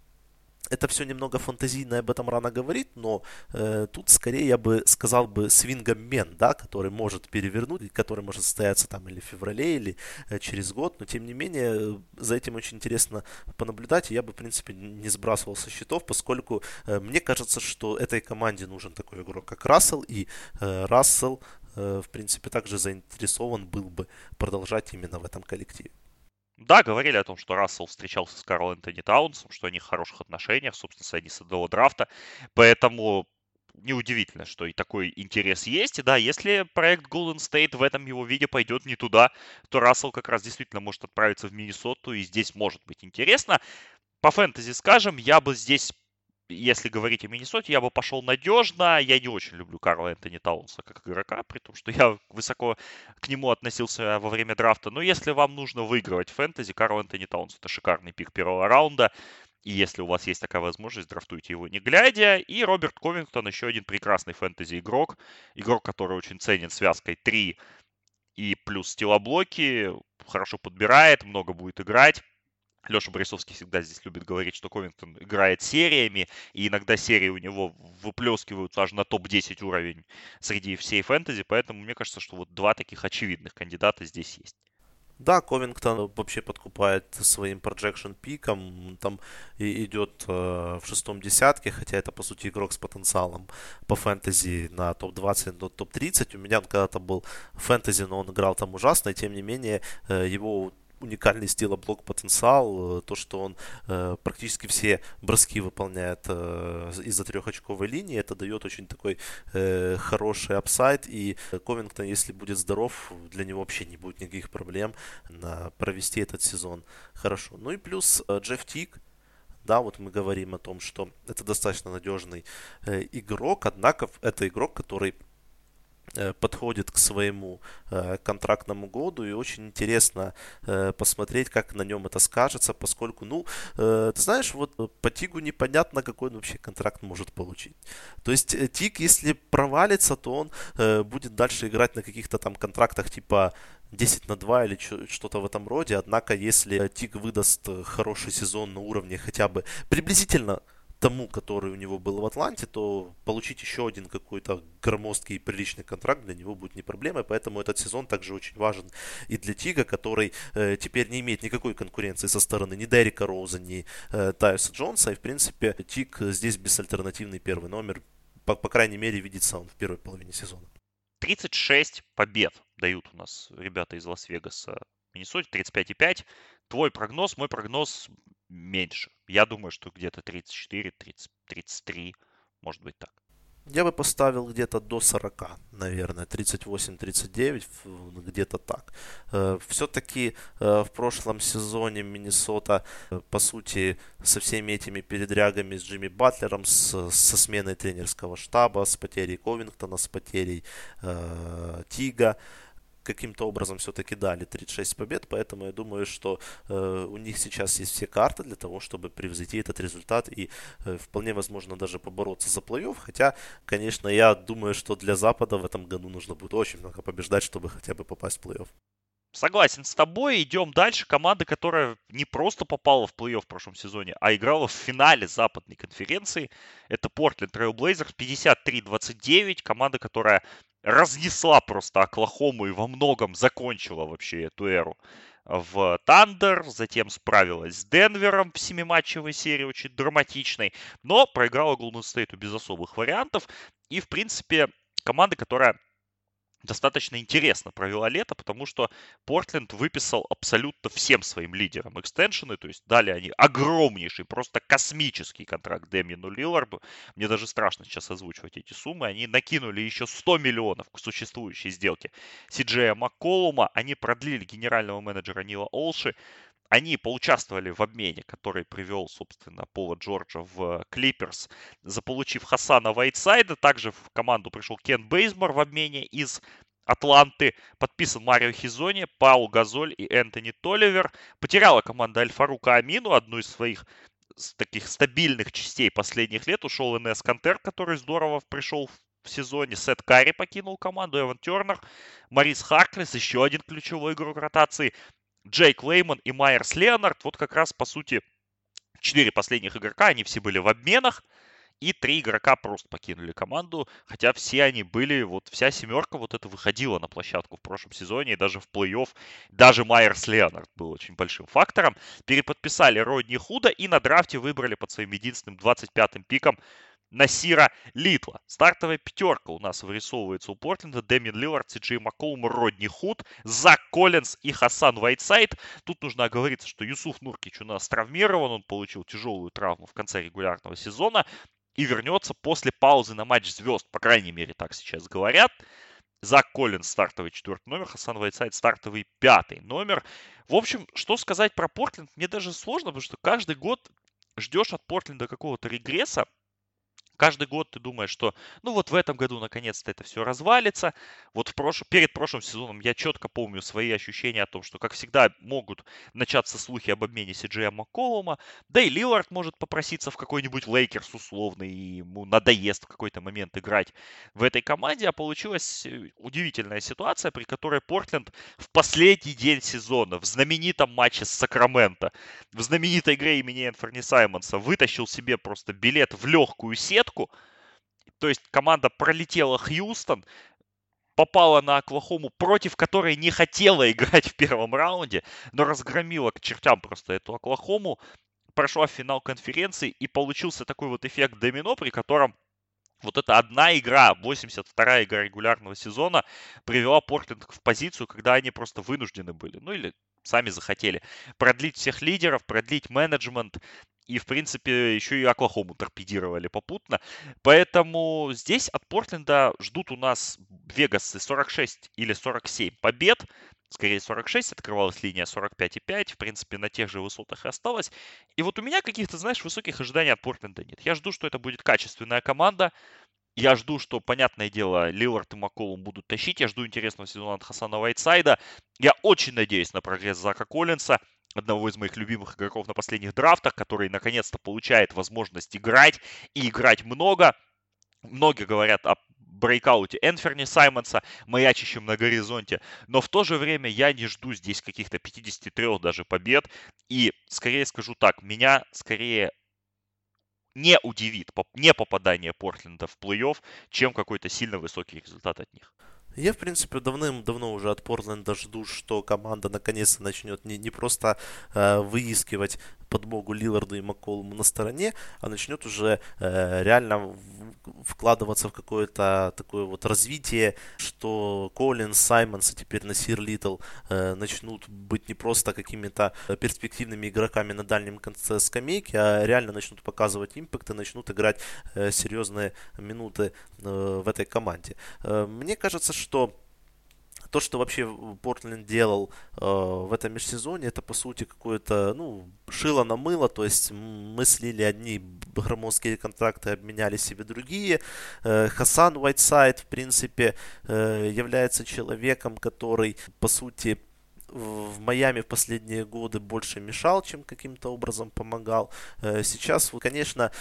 это все немного фантазийно, об этом рано говорить, но тут скорее я бы сказал бы свингомен, да, который может перевернуть, который может состояться там или в феврале, или через год, но тем не менее за этим очень интересно понаблюдать, и я бы в принципе не сбрасывал со счетов, поскольку мне кажется, что этой команде нужен такой игрок, как Рассел, и Рассел в принципе также заинтересован был бы продолжать именно в этом коллективе. Да, говорили о том, что Рассел встречался с Карл Энтони Таунсом, что они в хороших отношениях, собственно, они с одного драфта. Поэтому неудивительно, что и такой интерес есть. И да, если проект Golden State в этом его виде пойдет не туда, то Рассел как раз действительно может отправиться в Миннесоту, и здесь может быть интересно. По фэнтези, скажем, я бы здесь, если говорить о Миннесоте, я бы пошел надежно. Я не очень люблю Карла Энтони Таунса как игрока, при том, что я высоко к нему относился во время драфта. Но если вам нужно выигрывать фэнтези, Карл Энтони Таунс — это шикарный пик первого раунда. И если у вас есть такая возможность, драфтуйте его не глядя. И Роберт Ковингтон — еще один прекрасный фэнтези-игрок. Игрок, который очень ценен связкой 3 и плюс стилоблоки. Хорошо подбирает, много будет играть. Леша Борисовский всегда здесь любит говорить, что Ковингтон играет сериями, и иногда серии у него выплескиваются аж на топ-10 уровень среди всей фэнтези, поэтому мне кажется, что вот два таких очевидных кандидата здесь есть. Да, Ковингтон вообще подкупает своим projection пиком, там идет в шестом десятке, хотя это по сути игрок с потенциалом по фэнтези на топ-20, на топ-30. У меня он когда-то был в фэнтези, но он играл там ужасно, и тем не менее его уникальный стилоблок потенциал, то, что он практически все броски выполняет из-за трехочковой линии, это дает очень такой хороший апсайд, и Ковингтон, если будет здоров, для него вообще не будет никаких проблем провести этот сезон хорошо. Ну и плюс Джефф Тиг. Да, вот мы говорим о том, что это достаточно надежный игрок, однако это игрок, который подходит к своему контрактному году, и очень интересно посмотреть, как на нем это скажется, поскольку, ты знаешь, вот по Тигу непонятно, какой он вообще контракт может получить. То есть Тиг, если провалится, то он будет дальше играть на каких-то там контрактах типа 10/2 или что-то в этом роде, однако если Тиг выдаст хороший сезон на уровне хотя бы приблизительно тому, который у него был в Атланте, то получить еще один какой-то громоздкий и приличный контракт для него будет не проблемой, поэтому этот сезон также очень важен и для Тига, который теперь не имеет никакой конкуренции со стороны ни Деррика Роуза, ни Тайуса Джонса, и в принципе Тиг здесь безальтернативный первый номер, по крайней мере видится он в первой половине сезона. 36 побед дают у нас ребята из Лас-Вегаса в Миннесоте, 35,5. Твой прогноз, мой прогноз меньше. Я думаю, что где-то 34, 30, 33, может быть так. Я бы поставил где-то до 40, наверное, 38-39, где-то так. Все-таки в прошлом сезоне Миннесота, по сути, со всеми этими передрягами с Джимми Батлером, со сменой тренерского штаба, с потерей Ковингтона, с потерей Тига, каким-то образом все-таки дали 36 побед, поэтому я думаю, что у них сейчас есть все карты для того, чтобы превзойти этот результат и вполне возможно даже побороться за плей-офф, хотя, конечно, я думаю, что для Запада в этом году нужно будет очень много побеждать, чтобы хотя бы попасть в плей-офф. Согласен с тобой. Идем дальше. Команда, которая не просто попала в плей-офф в прошлом сезоне, а играла в финале западной конференции. Это Портленд Трейл Блейзерс, 53-29. Команда, которая разнесла просто Оклахому и во многом закончила вообще эту эру в Тандер, затем справилась с Денвером в 7-матчевой серии, очень драматичной, но проиграла Голден Стейту без особых вариантов. И, в принципе, команда, которая достаточно интересно провела лето, потому что Портленд выписал абсолютно всем своим лидерам экстеншены, то есть дали они огромнейший, просто космический контракт Дэмиану Лиларду. Мне даже страшно сейчас озвучивать эти суммы. Они накинули еще 100 миллионов к существующей сделке Си-Джея Макколума, они продлили генерального менеджера Нила Олши, они поучаствовали в обмене, который привел, собственно, Пола Джорджа в Клиперс, заполучив Хасана Вайтсайда. Также в команду пришел Кен Бейзмор в обмене из Атланты. Подписан Марио Хизони, Паул Газоль и Энтони Толивер. Потеряла команда Аль-Фарука Амину, одну из своих таких стабильных частей последних лет. Ушел Энес Кантер, который здорово пришел в сезоне. Сет Карри покинул команду, Эван Тернер, Марис Харклес, еще один ключевой игрок ротации, Джейк Лейман и Майерс Леонард. Вот как раз, по сути, 4 последних игрока, они все были в обменах. И 3 игрока просто покинули команду, хотя все они были, вот вся семерка вот это выходила на площадку в прошлом сезоне, и даже в плей-офф, даже Майерс Леонард был очень большим фактором. Переподписали Родни Худа и на драфте выбрали под своим единственным 25-м пиком Насира Литла. Стартовая пятерка у нас вырисовывается у Портленда. Дэмин Лиллард, Си-Джей Макколум, Родни Худ, Зак Коллинз и Хасан Вайтсайд. Тут нужно оговориться, что Юсуф Нуркич у нас травмирован. Он получил тяжелую травму в конце регулярного сезона и вернется после паузы на матч звезд. По крайней мере, так сейчас говорят. Зак Коллинз стартовый 4-й номер, Хасан Вайтсайд стартовый 5-й номер. В общем, что сказать про Портленд, мне даже сложно, потому что каждый год ждешь от Портленда какого-то регресса. Каждый год ты думаешь, что ну вот в этом году наконец-то это все развалится. Вот перед прошлым сезоном я четко помню свои ощущения о том, что, как всегда, могут начаться слухи об обмене Си-Джея Макколума. Да и Лиллард может попроситься в какой-нибудь Лейкерс условный, и ему надоест в какой-то момент играть в этой команде. А получилась удивительная ситуация, при которой Портленд в последний день сезона, в знаменитом матче с Сакраменто, в знаменитой игре имени Энферни Саймонса, вытащил себе просто билет в легкую сетку. То есть команда пролетела Хьюстон, попала на Оклахому, против которой не хотела играть в первом раунде, но разгромила к чертям просто эту Оклахому, прошла в финал конференции, и получился такой вот эффект домино, при котором вот эта одна игра, 82-я игра регулярного сезона, привела Портленд в позицию, когда они просто вынуждены были, ну или сами захотели, продлить всех лидеров, продлить менеджмент, и, в принципе, еще и Оклахому торпедировали попутно. Поэтому здесь от Портленда ждут у нас Вегасы 46 или 47 побед. Скорее 46, открывалась линия 45,5. В принципе, на тех же высотах и осталось. И вот у меня каких-то, знаешь, высоких ожиданий от Портленда нет. Я жду, что это будет качественная команда. Я жду, что, понятное дело, Лиллард и Макколум будут тащить. Я жду интересного сезона от Хасана Вайтсайда. Я очень надеюсь на прогресс Зака Коллинса, одного из моих любимых игроков на последних драфтах, который наконец-то получает возможность играть и играть много. Многие говорят о брейкауте Энферни Саймонса, маячащем на горизонте, но в то же время я не жду здесь каких-то 53 даже побед, и скорее скажу так, меня скорее не удивит не попадание Портленда в плей-офф, чем какой-то сильно высокий результат от них. Я, в принципе, давным-давно уже от Портленда жду, что команда наконец-то начнет не просто выискивать подмогу Лиларду и Макколуму на стороне, а начнет уже реально вкладываться в какое-то такое вот развитие, что Коллинс, Саймонс и теперь Насир Литл начнут быть не просто какими-то перспективными игроками на дальнем конце скамейки, а реально начнут показывать импакт и начнут играть серьезные минуты в этой команде. Мне кажется, что то, что вообще Портленд делал в этом межсезонье, это по сути какое-то, ну, шило на мыло, то есть мы слили одни громоздкие контракты, обменяли себе другие. Хасан Уайтсайд, в принципе, является человеком, который, по сути, в Майами в последние годы больше мешал, чем каким-то образом помогал. Сейчас, конечно,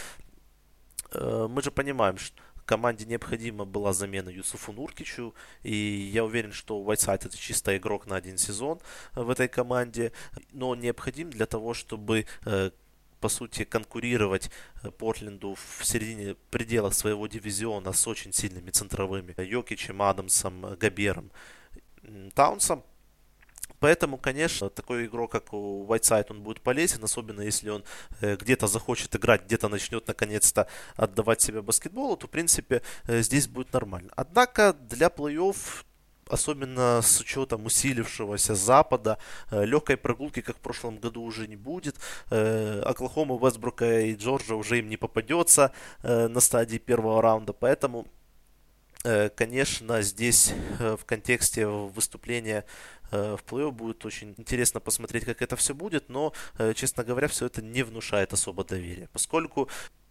мы же понимаем, что команде необходима была замена Юсуфу Нуркичу, и я уверен, что Уайтсайд это чисто игрок на один сезон в этой команде, но он необходим для того, чтобы по сути конкурировать Портленду в середине пределах своего дивизиона с очень сильными центровыми Йокичем, Адамсом, Габером, Таунсом. Поэтому, конечно, такой игрок, как Уайтсайд, он будет полезен, особенно если он где-то захочет играть, где-то начнет наконец-то отдавать себя баскетболу, то, в принципе, здесь будет нормально. Однако для плей-офф, особенно с учетом усилившегося Запада, легкой прогулки, как в прошлом году, уже не будет. Оклахома, Уэстбрука и Джорджа уже им не попадется на стадии первого раунда, поэтому, конечно, здесь в контексте выступления в плей-офф будет очень интересно посмотреть, как это все будет, но, честно говоря, все это не внушает особо доверия, поскольку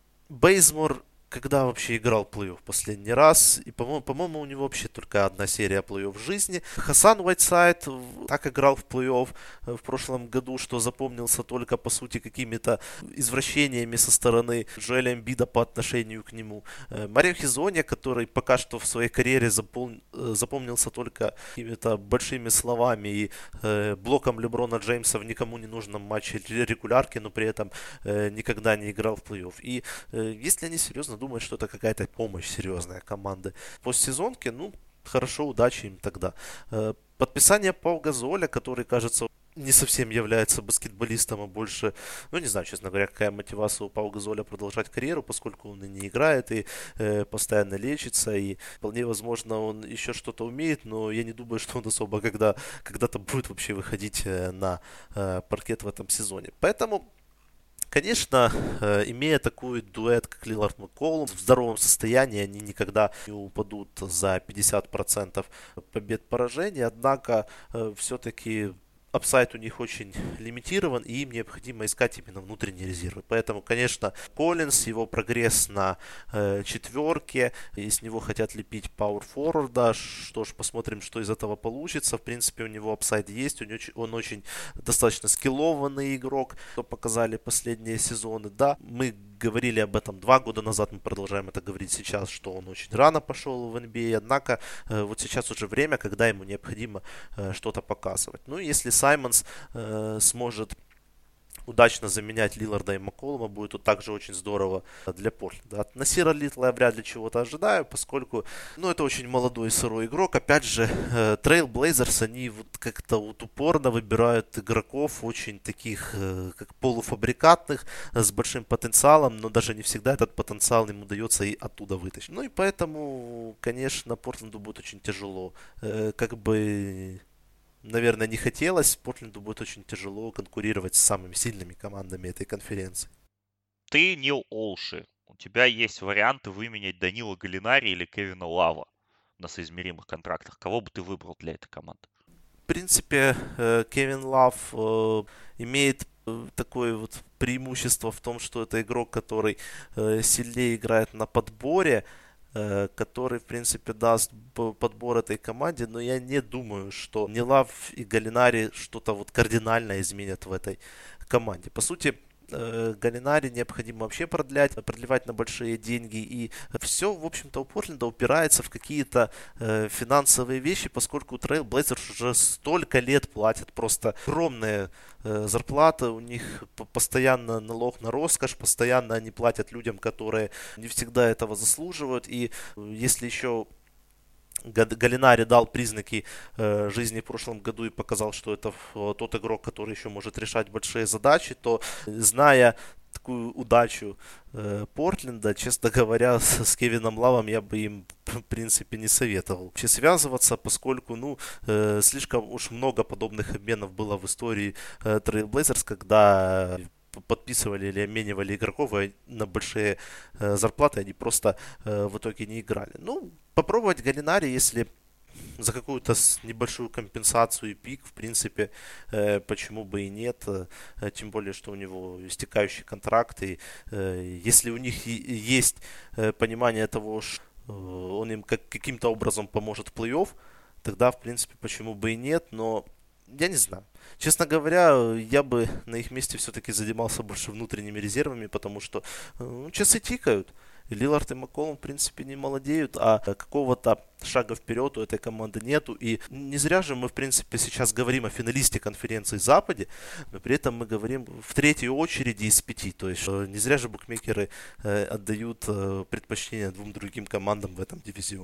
Бейзмор когда вообще играл плей-офф последний раз, и, по-моему, у него вообще только одна серия плей-офф в жизни. Хасан Уайтсайд так играл в плей-офф в прошлом году, что запомнился только, по сути, какими-то извращениями со стороны Джоэля Эмбида по отношению к нему. Марио Хизония, который пока что в своей карьере запомнился только какими-то большими словами и блоком Леброна Джеймса в никому не нужном матче регулярки, но при этом никогда не играл в плей-офф. И если они серьезно думают, что это какая-то помощь серьезная команды в постсезонке, ну, хорошо, удачи им тогда. Подписание Пау Газоля, который, кажется, не совсем является баскетболистом, а больше, ну, не знаю, честно говоря, какая мотивация у Пау Газоля продолжать карьеру, поскольку он и не играет, и постоянно лечится, и вполне возможно, он еще что-то умеет, но я не думаю, что он особо когда-то будет вообще выходить на паркет в этом сезоне. Поэтому, конечно, имея такой дуэт, как Лиллард Макколум, в здоровом состоянии они никогда не упадут за 50% побед-поражений, однако все-таки апсайд у них очень лимитирован, и им необходимо искать именно внутренние резервы. Поэтому, конечно, Коллинс, его прогресс на четверке, и с него хотят лепить пауэр-форварда. Что ж, посмотрим, что из этого получится. В принципе, у него апсайд есть, он очень достаточно скиллованный игрок, что показали последние сезоны. Да, мы говорили об этом 2 года назад, мы продолжаем это говорить сейчас, что он очень рано пошел в NBA, однако вот сейчас уже время, когда ему необходимо что-то показывать. Ну, если Саймонс сможет удачно заменять Лилларда и Макколума, будет вот также очень здорово для Портленда. От Насира Литла я вряд ли чего-то ожидаю, поскольку, ну, это очень молодой и сырой игрок. Опять же, Трейл Блейзерс, они вот как-то вот упорно выбирают игроков очень таких, как полуфабрикатных, с большим потенциалом, но даже не всегда этот потенциал им удается и оттуда вытащить. Ну и поэтому, конечно, Портленду будет очень тяжело. Как бы, наверное, не хотелось, Портленду будет очень тяжело конкурировать с самыми сильными командами этой конференции. Ты Нил Олши. У тебя есть варианты выменять Данила Галлинари или Кевина Лава на соизмеримых контрактах. Кого бы ты выбрал для этой команды? В принципе, Кевин Лав имеет такое вот преимущество в том, что это игрок, который сильнее играет на подборе, который, в принципе, даст подбор этой команде, но я не думаю, что Нилав и Галлинари что-то вот кардинально изменят в этой команде. По сути, Галлинари необходимо вообще продлевать на большие деньги, и все, в общем-то, у Портленда упирается в какие-то финансовые вещи, поскольку Трейл Блейзерс уже столько лет платят просто огромные зарплаты, у них постоянно налог на роскошь, постоянно они платят людям, которые не всегда этого заслуживают, и если еще Галлинари дал признаки жизни в прошлом году и показал, что это тот игрок, который еще может решать большие задачи, то, зная такую удачу Портленда, честно говоря, с Кевином Лавом я бы им, в принципе, не советовал вообще связываться, поскольку, ну, слишком уж много подобных обменов было в истории Трейл Блейзерс, когда подписывали или обменивали игроков на большие зарплаты, они просто в итоге не играли. Ну, попробовать Галлинари, если за какую-то небольшую компенсацию и пик, в принципе, почему бы и нет, тем более, что у него истекающий контракт, и если у них есть понимание того, что он им каким-то образом поможет в плей-офф, тогда, в принципе, почему бы и нет, но я не знаю. Честно говоря, я бы на их месте все-таки занимался больше внутренними резервами, потому что часы тикают. И Лиллард и Макколум, в принципе, не молодеют, а какого-то шага вперед у этой команды нету. И не зря же мы, в принципе, сейчас говорим о финалисте конференции Западе, но при этом мы говорим в третьей очереди из 5. То есть не зря же букмекеры отдают предпочтение 2 другим командам в этом дивизионе.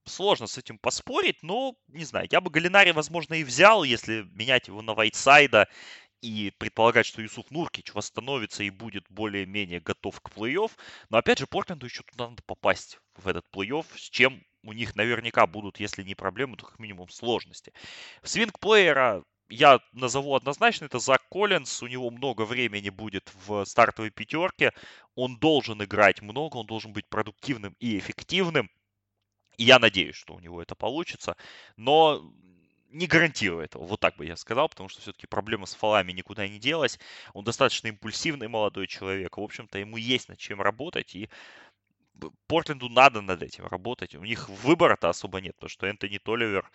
сложно с этим поспорить, но, не знаю, я бы Галлинари, возможно, и взял, если менять его на Вайтсайда и предполагать, что Юсуф Нуркич восстановится и будет более-менее готов к плей-офф. Но, опять же, Портленду еще туда надо попасть, в этот плей-офф, с чем у них наверняка будут, если не проблемы, то как минимум сложности. Свинг-плеера я назову однозначно, это Зак Коллинс, у него много времени будет в стартовой пятерке, он должен играть много, он должен быть продуктивным и эффективным, и я надеюсь, что у него это получится, но не гарантирую этого, вот так бы я сказал, потому что все-таки проблема с фолами никуда не делась, он достаточно импульсивный молодой человек, в общем-то, ему есть над чем работать, и Портленду надо над этим работать, у них выбора-то особо нет, потому что Энтони Толивер,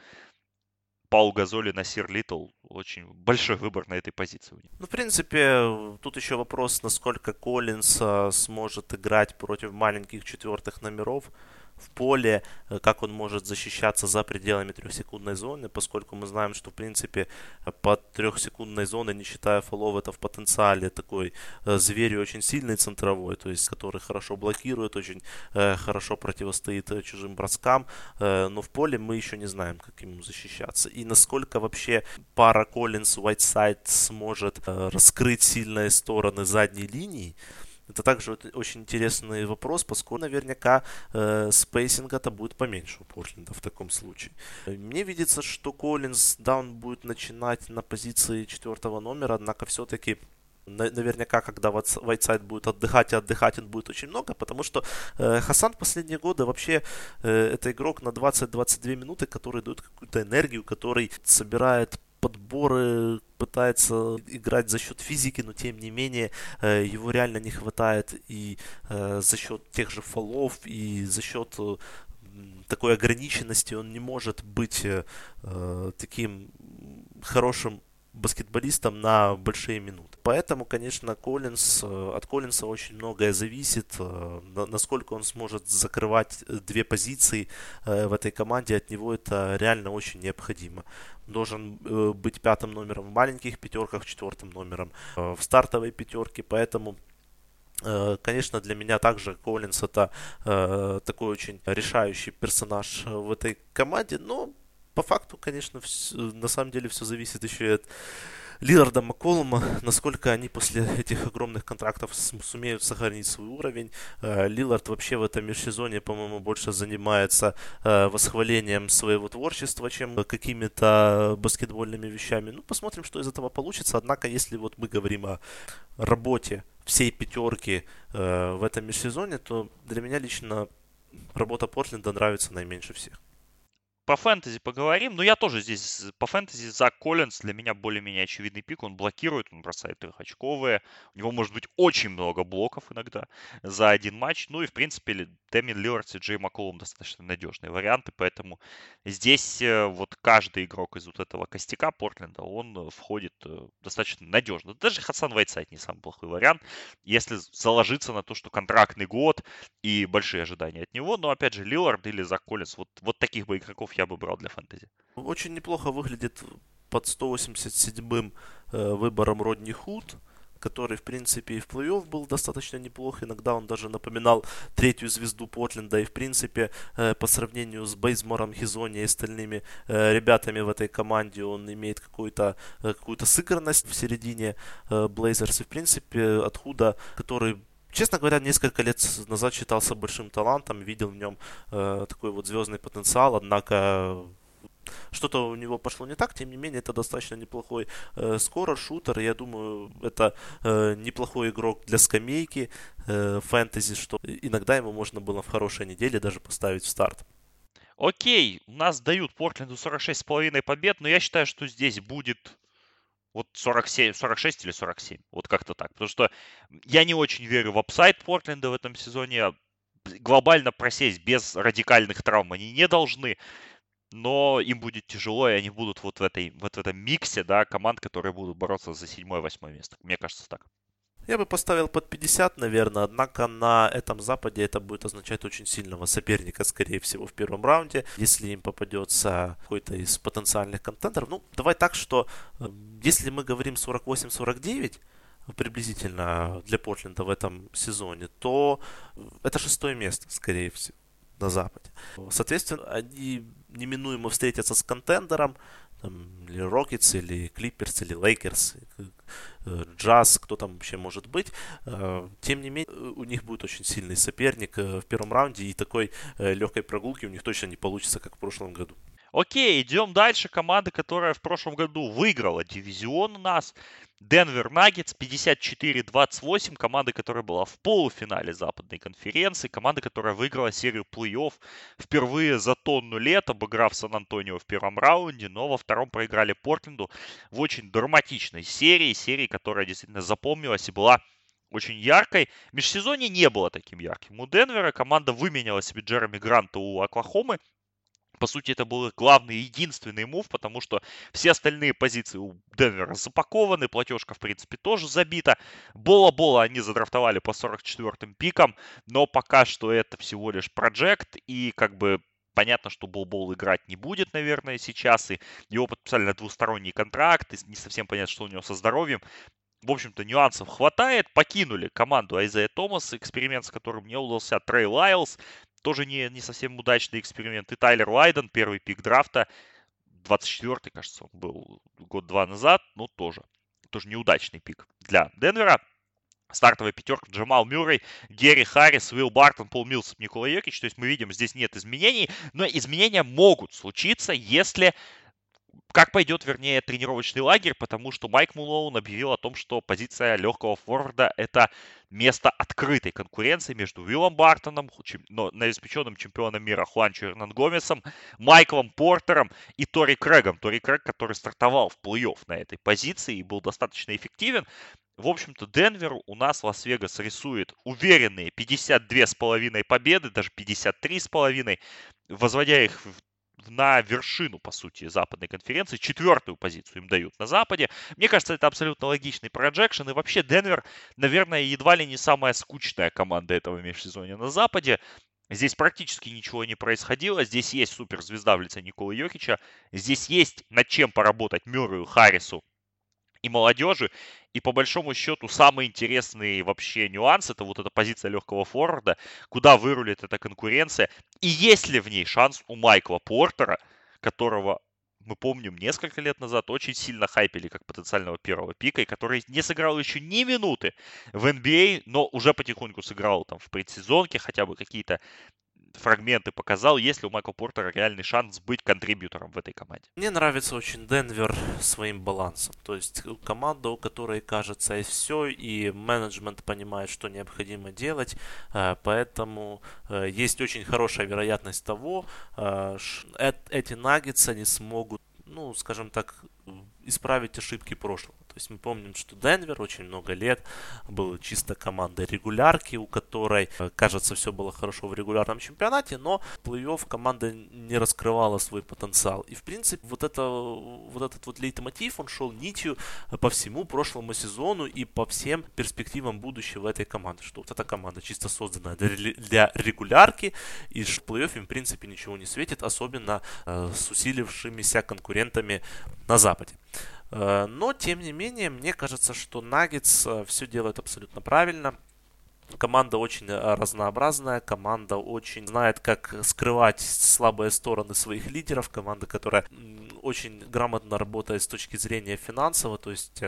Пау Газоль и Насир Литл, очень большой выбор на этой позиции у них. Ну, в принципе, тут еще вопрос, насколько Коллинс сможет играть против маленьких четвертых номеров в поле, как он может защищаться за пределами трехсекундной зоны, поскольку мы знаем, что, в принципе, под трехсекундной зоной, не считая фолов, это в потенциале такой зверь очень сильный центровой, то есть который хорошо блокирует, очень хорошо противостоит чужим броскам, но в поле мы еще не знаем, как ему защищаться. И насколько вообще пара Коллинс-Уайтсайд сможет раскрыть сильные стороны задней линии, это также очень интересный вопрос, поскольку наверняка спейсинга-то будет поменьше у Портленда в таком случае. Мне видится, что Коллинз, да, он будет начинать на позиции четвертого номера, однако все-таки наверняка, когда Вайтсайд будет отдыхать, и отдыхать он будет очень много, потому что Хасан в последние годы вообще это игрок на 20-22 минуты, который дает какую-то энергию, который собирает подборы, пытается играть за счет физики, но тем не менее его реально не хватает и за счет тех же фолов, и за счет такой ограниченности он не может быть таким хорошим баскетболистом на большие минуты. Поэтому, конечно, от Коллинса очень многое зависит, насколько он сможет закрывать две позиции в этой команде, от него это реально очень необходимо. Должен быть пятым номером в маленьких пятерках, четвертым номером в стартовой пятерке, поэтому конечно, для меня также Коллинс это такой очень решающий персонаж в этой команде, но по факту, конечно, на самом деле все зависит еще и от Лиларда, Макколума, насколько они после этих огромных контрактов сумеют сохранить свой уровень. Лилард вообще в этом межсезонье, по-моему, больше занимается восхвалением своего творчества, чем какими-то баскетбольными вещами. Ну, посмотрим, что из этого получится. Однако, если вот мы говорим о работе всей пятерки в этом межсезонье, то для меня лично работа Портленда нравится наименьше всех. По фэнтези поговорим. Но я тоже здесь по фэнтези Зак Коллинс для меня более-менее очевидный пик. Он блокирует, он бросает трехочковые. У него может быть очень много блоков иногда за один матч. Ну и в принципе Дэмин Лилард и Джей Макколум достаточно надежные варианты. Поэтому здесь вот каждый игрок из вот этого костяка Портленда, он входит достаточно надежно. Даже Хасан Вайтсайд не самый плохой вариант, если заложиться на то, что контрактный год и большие ожидания от него. Но опять же Лилард или Зак Коллинс, вот таких бы игроков я бы брал для фэнтези. Очень неплохо выглядит под 187-м выбором Родни Худ, который, в принципе, и в плей-офф был достаточно неплох. Иногда он даже напоминал третью звезду Портленда. И, в принципе, по сравнению с Бейзмором, Хизони и остальными ребятами в этой команде, он имеет какую-то сыгранность в середине Блейзерс. И, в принципе, от Худа, который, честно говоря, несколько лет назад считался большим талантом, видел в нем такой вот звездный потенциал, однако что-то у него пошло не так, тем не менее, это достаточно неплохой скорер, шутер, я думаю, это неплохой игрок для скамейки фэнтези, что иногда ему можно было в хорошей неделе даже поставить в старт. Окей, у нас дают Портленду 46,5 побед, но я считаю, что здесь будет вот 47, 46 или 47. Вот как-то так. Потому что я не очень верю в апсайд Портленда в этом сезоне. Глобально просесть без радикальных травм они не должны. Но им будет тяжело, и они будут вот в этом миксе, да, команд, которые будут бороться за 7-8 место. Мне кажется, так. Я бы поставил под 50, наверное, однако на этом западе это будет означать очень сильного соперника, скорее всего, в первом раунде, если им попадется какой-то из потенциальных контендеров. Ну, давай так, что если мы говорим 48-49, приблизительно для Портленда в этом сезоне, то это шестое место, скорее всего. на Западе. Соответственно, они неминуемо встретятся с контендером, там, или Рокетс, или Клиперс, или Лейкерс, Джаз, кто там вообще может быть. Тем не менее, у них будет очень сильный соперник в первом раунде, и такой легкой прогулки у них точно не получится, как в прошлом году. Окей, идем дальше. Команда, которая в прошлом году выиграла дивизион у нас. Денвер Наггетс 54-28. Команда, которая была в полуфинале западной конференции. Команда, которая выиграла серию плей-офф впервые за тонну лет, обыграв Сан-Антонио в первом раунде, но во втором проиграли Портленду в очень драматичной серии. Серии, которая действительно запомнилась и была очень яркой. Межсезонье не было таким ярким у Денвера. Команда выменяла себе Джереми Гранта у Оклахомы. По сути, это был их главный и единственный мув, потому что все остальные позиции у Денвера запакованы, платежка, в принципе, тоже забита. Бола они задрафтовали по 44-м пикам, но пока что это всего лишь проект, и как бы понятно, что Бол играть не будет, наверное, сейчас, и его подписали на двусторонний контракт, и не совсем понятно, что у него со здоровьем. В общем-то, нюансов хватает. Покинули команду Айзея Томас, эксперимент с которым не удался. Трей Лайлс, тоже не совсем удачный эксперимент. И Тайлер Лайден, первый пик драфта, 24-й, кажется, он был год-два назад, но тоже неудачный пик для Денвера. Стартовая пятерка: Джамал Мюррей, Герри Харрис, Уилл Бартон, Пол Миллсап, Никола Йокич. То есть мы видим, здесь нет изменений, но изменения могут случиться, если как пойдет, вернее, тренировочный лагерь, потому что Майк Мулоун объявил о том, что позиция легкого форварда — это место открытой конкуренции между Уиллом Бартоном, новоиспеченным чемпионом мира Хуанчо Эрнан Гомесом, Майклом Портером и Тори Крэгом. Тори Крэг, который стартовал в плей-офф на этой позиции и был достаточно эффективен. В общем-то, Денвер у нас Лас-Вегас рисует уверенные 52,5 победы, даже 53,5, возводя их на вершину, по сути, западной конференции. Четвертую позицию им дают на западе. Мне кажется, это абсолютно логичный проджекшн. И вообще Денвер, наверное, едва ли не самая скучная команда этого межсезонья на западе. Здесь практически ничего не происходило. Здесь есть суперзвезда в лице Николы Йокича. Здесь есть над чем поработать Мюррею, Харрису и молодежи. И по большому счету самый интересный вообще нюанс — это вот эта позиция легкого форварда, куда вырулит эта конкуренция. И есть ли в ней шанс у Майкла Портера, которого мы помним несколько лет назад очень сильно хайпели как потенциального первого пика, и который не сыграл еще ни минуты в NBA, но уже потихоньку сыграл там в предсезонке, хотя бы какие-то фрагменты показал, есть ли у Майкла Портера реальный шанс быть контрибьютором в этой команде. Мне нравится очень Денвер своим балансом. То есть команда, у которой, кажется, и все, и менеджмент понимает, что необходимо делать. Поэтому есть очень хорошая вероятность того, что эти наггетсы не смогут, ну, скажем так, исправить ошибки прошлого. То есть мы помним, что Денвер очень много лет был чисто командой регулярки, у которой, кажется, все было хорошо в регулярном чемпионате, но в плей-офф команда не раскрывала свой потенциал. И, в принципе, вот этот вот лейтмотив, он шел нитью по всему прошлому сезону и по всем перспективам будущего этой команды. Что вот эта команда чисто созданная для регулярки, и в плей-офф им, в принципе, ничего не светит, особенно с усилившимися конкурентами на Западе. Но, тем не менее, мне кажется, что Наггетс все делает абсолютно правильно. Команда очень разнообразная, команда очень знает, как скрывать слабые стороны своих лидеров, команда, которая очень грамотно работает с точки зрения финансового, то есть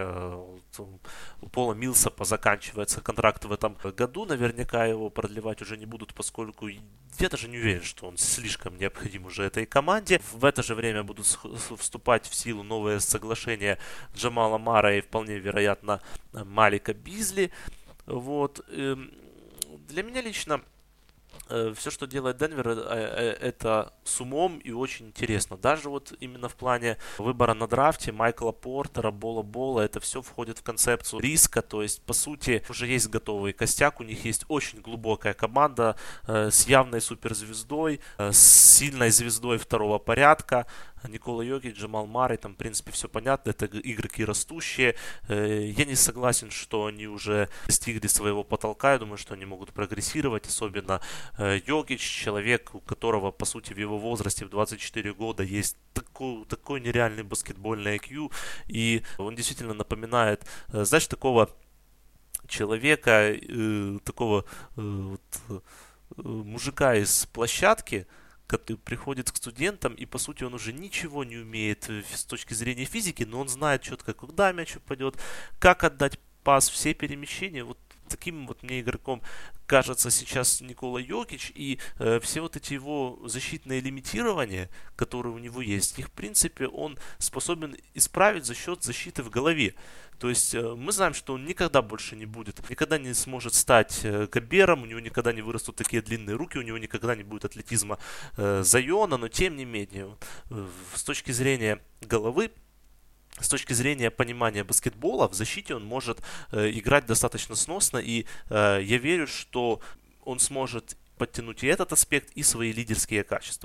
у Пола Миллсапа заканчивается контракт в этом году, наверняка его продлевать уже не будут, поскольку я даже не уверен, что он слишком необходим уже этой команде. В это же время будут вступать в силу новые соглашения Джамала Мара и вполне вероятно Малика Бизли. Вот. Для меня лично все, что делает Денвер, это с умом и очень интересно. Даже вот именно в плане выбора на драфте Майкла Портера, Бола, это все входит в концепцию риска. То есть, по сути, уже есть готовый костяк, у них есть очень глубокая команда с явной суперзвездой, с сильной звездой второго порядка. Никола Йокич, Джамал Марей, там, в принципе, все понятно, это игроки растущие. Я не согласен, что они уже достигли своего потолка, я думаю, что они могут прогрессировать, особенно Йокич, человек, у которого, по сути, в его возрасте, в 24 года, есть такой нереальный баскетбольный IQ, и он действительно напоминает, знаешь, такого человека, такого мужика из площадки, который приходит к студентам, и по сути он уже ничего не умеет с точки зрения физики, но он знает четко, куда мяч упадет, как отдать пас, все перемещения. Вот таким вот мне игроком кажется сейчас Никола Йокич, и все вот эти его защитные лимитирования, которые у него есть, их в принципе он способен исправить за счет защиты в голове. То есть мы знаем, что он никогда больше не будет, никогда не сможет стать Гобером, у него никогда не вырастут такие длинные руки, у него никогда не будет атлетизма Зайона, но тем не менее, с точки зрения головы, с точки зрения понимания баскетбола, в защите он может играть достаточно сносно, и я верю, что он сможет подтянуть и этот аспект, и свои лидерские качества.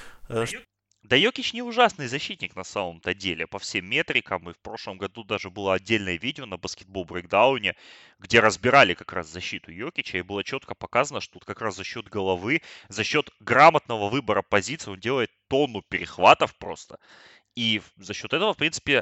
Да Йокич не ужасный защитник на самом-то деле, по всем метрикам. И в прошлом году даже было отдельное видео на баскетбол брейкдауне, где разбирали как раз защиту Йокича, и было четко показано, что тут как раз за счет головы, за счет грамотного выбора позиций он делает тонну перехватов просто. И за счет этого, в принципе,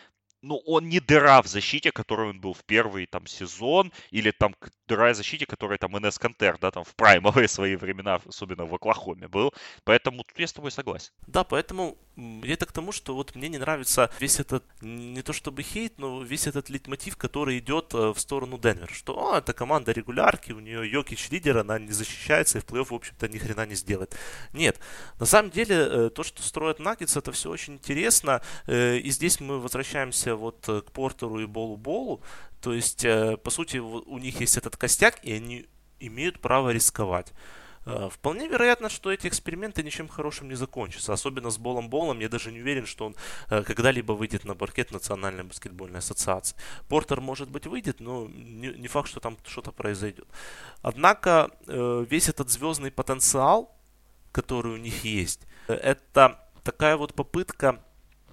он не дыра в защите, которой он был в первый там сезон, или там дыра в защите, которая там Энес Кантер, да, там в праймовые свои времена, особенно в Оклахоме был. Поэтому тут я с тобой согласен. Да, поэтому это к тому, что вот мне не нравится весь этот, не то чтобы хейт, но весь этот лейтмотив, который идет в сторону Денвера, что это команда регулярки, у нее Йокич лидер, она не защищается и в плей-офф, в общем-то, ни хрена не сделает. Нет, на самом деле, то, что строят Наггетс, это все очень интересно, и здесь мы возвращаемся вот к Портеру и Болу-Болу, то есть, по сути, у них есть этот костяк, и они имеют право рисковать. Вполне вероятно, что эти эксперименты ничем хорошим не закончатся. Особенно с Болом Болом. Я даже не уверен, что он когда-либо выйдет на паркет Национальной баскетбольной ассоциации. Портер, может быть, выйдет, но не факт, что там что-то произойдет. Однако весь этот звездный потенциал, который у них есть, это такая вот попытка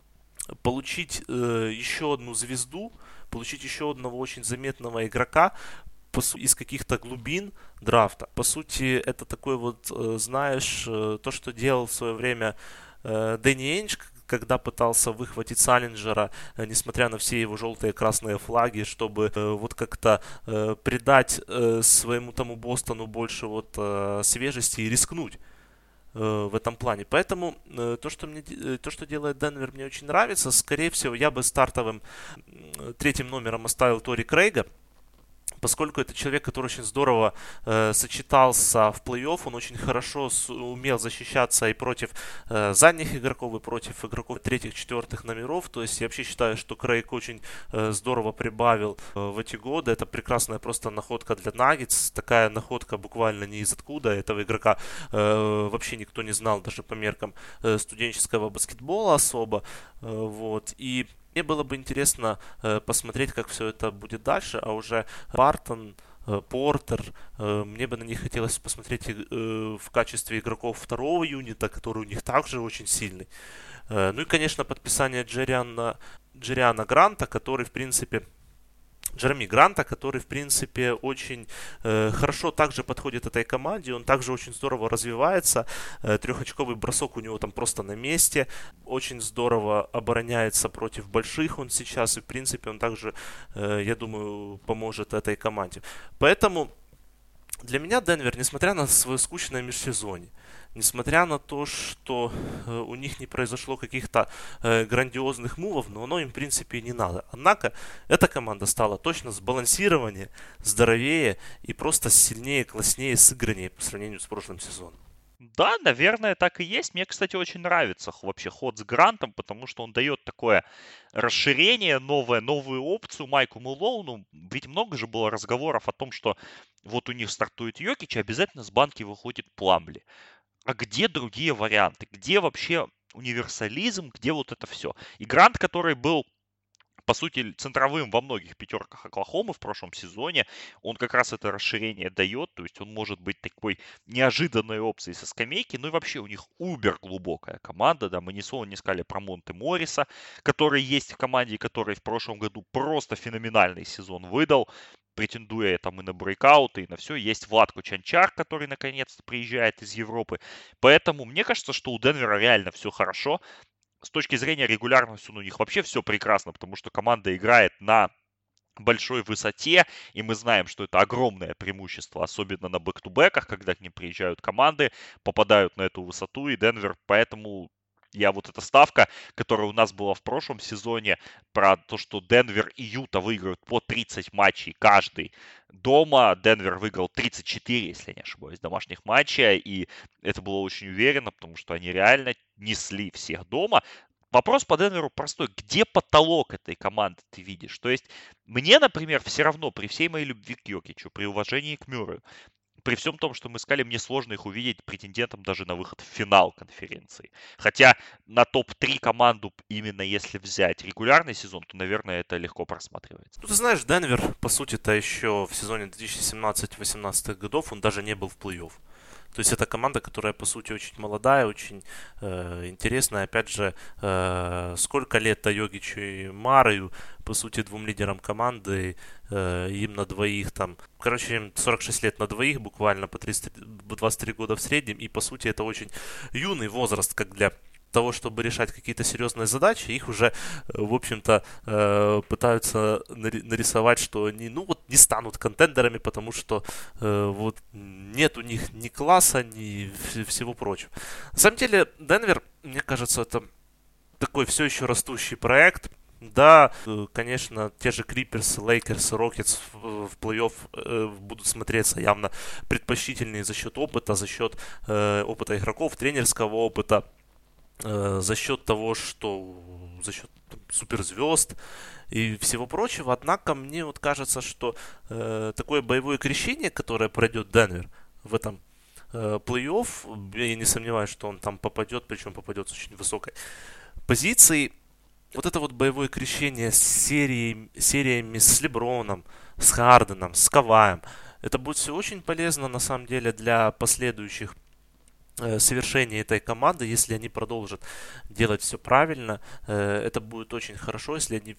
получить еще одну звезду, получить еще одного очень заметного игрока из каких-то глубин драфта. По сути, это такой вот, знаешь, то, что делал в свое время Дэнни Эйнш, когда пытался выхватить Саллинджера, несмотря на все его желтые и красные флаги, чтобы вот как-то придать своему тому Бостону больше вот свежести и рискнуть в этом плане. Поэтому то, что делает Денвер, мне очень нравится. Скорее всего, я бы стартовым третьим номером оставил Тори Крейга, поскольку это человек, который очень здорово сочетался в плей-офф, он очень хорошо умел защищаться и против задних игроков, и против игроков третьих, четвертых номеров. То есть я вообще считаю, что Крейг очень здорово прибавил в эти годы. Это прекрасная просто находка для Наггетс. Такая находка буквально не из откуда. Этого игрока вообще никто не знал, даже по меркам студенческого баскетбола особо. Вот. И мне было бы интересно посмотреть, как все это будет дальше, а уже Бартон, Портер, мне бы на них хотелось посмотреть в качестве игроков второго юнита, который у них также очень сильный. Ну и, конечно, подписание Джериана Гранта, который, в принципе, Джереми Гранта, который, в принципе, очень хорошо также подходит этой команде, он также очень здорово развивается, трехочковый бросок у него там просто на месте, очень здорово обороняется против больших он сейчас, и, в принципе, он также, я думаю, поможет этой команде. Поэтому для меня Денвер, несмотря на свое скучное межсезонье, несмотря на то, что у них не произошло каких-то грандиозных мувов, но оно им, в принципе, и не надо. Однако, эта команда стала точно сбалансированнее, здоровее и просто сильнее, класснее, сыграннее по сравнению с прошлым сезоном. Да, наверное, так и есть. Мне, кстати, очень нравится вообще ход с Грантом, потому что он дает такое расширение, новую опцию Майку Мэлоуну. Ведь много же было разговоров о том, что вот у них стартует Йокич, и обязательно с банки выходит Пламли. А где другие варианты? Где вообще универсализм? Где вот это все? И Грант, который был по сути, центровым во многих пятерках Оклахомы в прошлом сезоне, он как раз это расширение дает, то есть он может быть такой неожиданной опцией со скамейки, ну и вообще у них убер глубокая команда, да, мы ни слова не сказали про Монте Морриса, который есть в команде, который в прошлом году просто феноменальный сезон выдал, претендуя там и на брейкауты, и на все. Есть Владко Чанчар, который наконец-то приезжает из Европы. Поэтому мне кажется, что у Денвера реально все хорошо. С точки зрения регулярности у них вообще все прекрасно, потому что команда играет на большой высоте, и мы знаем, что это огромное преимущество, особенно на бэк-ту-бэках, когда к ним приезжают команды, попадают на эту высоту, и Денвер, поэтому я вот эта ставка, которая у нас была в прошлом сезоне, про то, что Денвер и Юта выиграют по 30 матчей каждый дома. Денвер выиграл 34, если я не ошибаюсь, домашних матча, и это было очень уверенно, потому что они реально несли всех дома. Вопрос по Денверу простой. Где потолок этой команды ты видишь? То есть мне, например, все равно, при всей моей любви к Йокичу, при уважении к Мюррею, при всем том, что мы искали, мне сложно их увидеть претендентом даже на выход в финал конференции. Хотя на топ-3 команду, именно если взять регулярный сезон, то, наверное, это легко просматривается. Ну, ты знаешь, Денвер, по сути-то, еще в сезоне 2017-18 годов он даже не был в плей-офф. То есть это команда, которая, по сути, очень молодая, очень интересная. Опять же, сколько лет Йогичу и Марею, по сути, двум лидерам команды, им на двоих там, короче, им 46 лет на двоих, буквально по 23 года в среднем. И, по сути, это очень юный возраст, как для того, чтобы решать какие-то серьезные задачи, их уже, в общем-то, пытаются нарисовать, что они, ну вот, не станут контендерами, потому что вот нет у них ни класса, ни всего прочего. На самом деле, Денвер, мне кажется, это такой все еще растущий проект. Да, конечно, те же Клиперс, Лейкерс, Рокетс в плей-офф будут смотреться явно предпочтительнее за счет опыта, за счет опыта игроков, тренерского опыта, за счет того, что за счет суперзвезд и всего прочего. Однако мне вот кажется, что такое боевое крещение, которое пройдет Денвер в этом плей-офф, я не сомневаюсь, что он там попадет, причем попадет с очень высокой позиции. Вот это вот боевое крещение с сериями с Леброном, с Харденом, с Каваем, это будет все очень полезно на самом деле для последующих совершения этой команды, если они продолжат делать все правильно, это будет очень хорошо,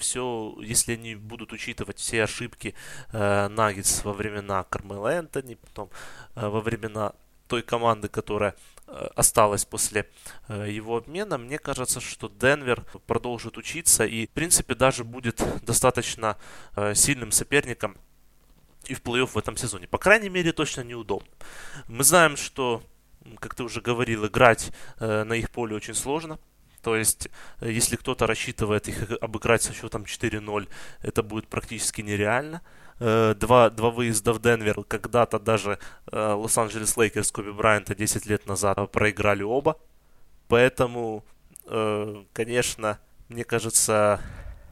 если они будут учитывать все ошибки Наггетс во времена Кармела Энтони, потом во времена той команды, которая осталась после его обмена. Мне кажется, что Денвер продолжит учиться и, в принципе, даже будет достаточно сильным соперником и в плей-офф в этом сезоне. По крайней мере, точно неудобно. Мы знаем, что, как ты уже говорил, играть на их поле очень сложно. То есть, если кто-то рассчитывает их обыграть со счетом 4-0, это будет практически нереально. Два выезда в Денвер, когда-то даже Лос-Анджелес Лейкерс Коби Брайанта 10 лет назад проиграли оба. Поэтому, конечно, мне кажется,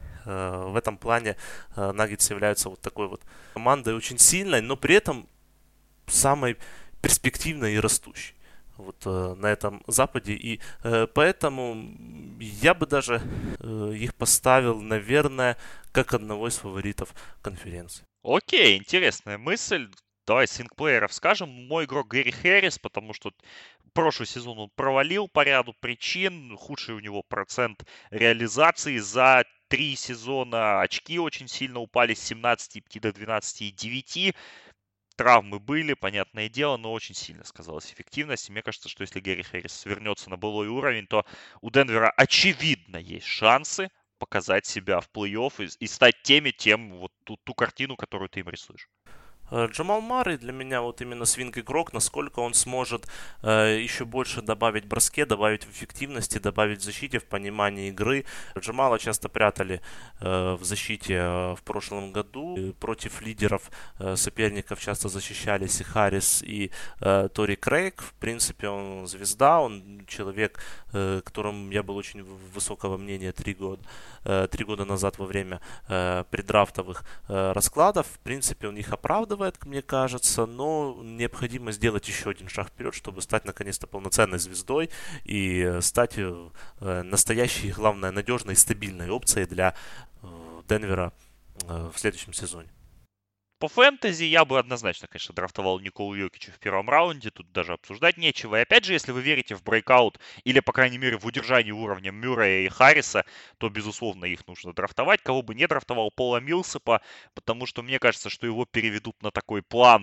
в этом плане Наггетс являются вот такой вот командой очень сильной, но при этом самой перспективной и растущей вот на этом Западе. И поэтому я бы даже их поставил, наверное, как одного из фаворитов конференции. Окей, интересная мысль. Давай синглплееров скажем. Мой игрок Гэри Хэррис, потому что прошлый сезон он провалил по ряду причин. Худший у него процент реализации. За 3 сезона очки очень сильно упали с 17,5 до 12,9. Травмы были, понятное дело, но очень сильно сказалась эффективность. И мне кажется, что если Гэри Хэррис вернется на былой уровень, то у Денвера очевидно есть шансы показать себя в плей-офф и стать тем, вот ту картину, которую ты им рисуешь. Джамал Марри для меня вот именно свинг-игрок, насколько он сможет еще больше добавить в броске, добавить в эффективности, добавить в защите, в понимании игры. Джамала часто прятали в защите в прошлом году. Против лидеров соперников часто защищались и Харрис, и Тори Крейг. В принципе, он звезда, он человек, которым я был очень высокого мнения 3 года назад во время преддрафтовых раскладов. В принципе, он их оправдывает, мне кажется, но необходимо сделать еще один шаг вперед, чтобы стать наконец-то полноценной звездой и стать настоящей, главное, надежной и стабильной опцией для Денвера в следующем сезоне. По фэнтези я бы однозначно, конечно, драфтовал Николу Йокича в первом раунде, тут даже обсуждать нечего. И опять же, если вы верите в брейкаут или, по крайней мере, в удержание уровня Мюррея и Харриса, то, безусловно, их нужно драфтовать. Кого бы не драфтовал, Пола Милсапа, потому что мне кажется, что его переведут на такой план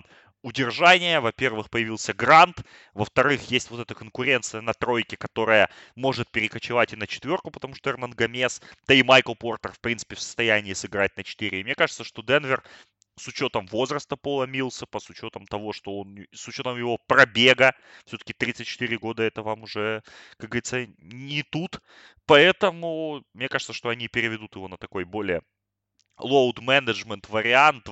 удержания. Во-первых, появился Грант. Во-вторых, есть вот эта конкуренция на тройке, которая может перекочевать и на четверку, потому что Эрнан Гомес, да и Майкл Портер, в принципе, в состоянии сыграть на 4. И мне кажется, что Денвер с учетом возраста Пола Милсапа, с учетом того, что он, с учетом его пробега, все-таки 34 года, это вам уже, как говорится, не тут. Поэтому мне кажется, что они переведут его на такой более load management вариант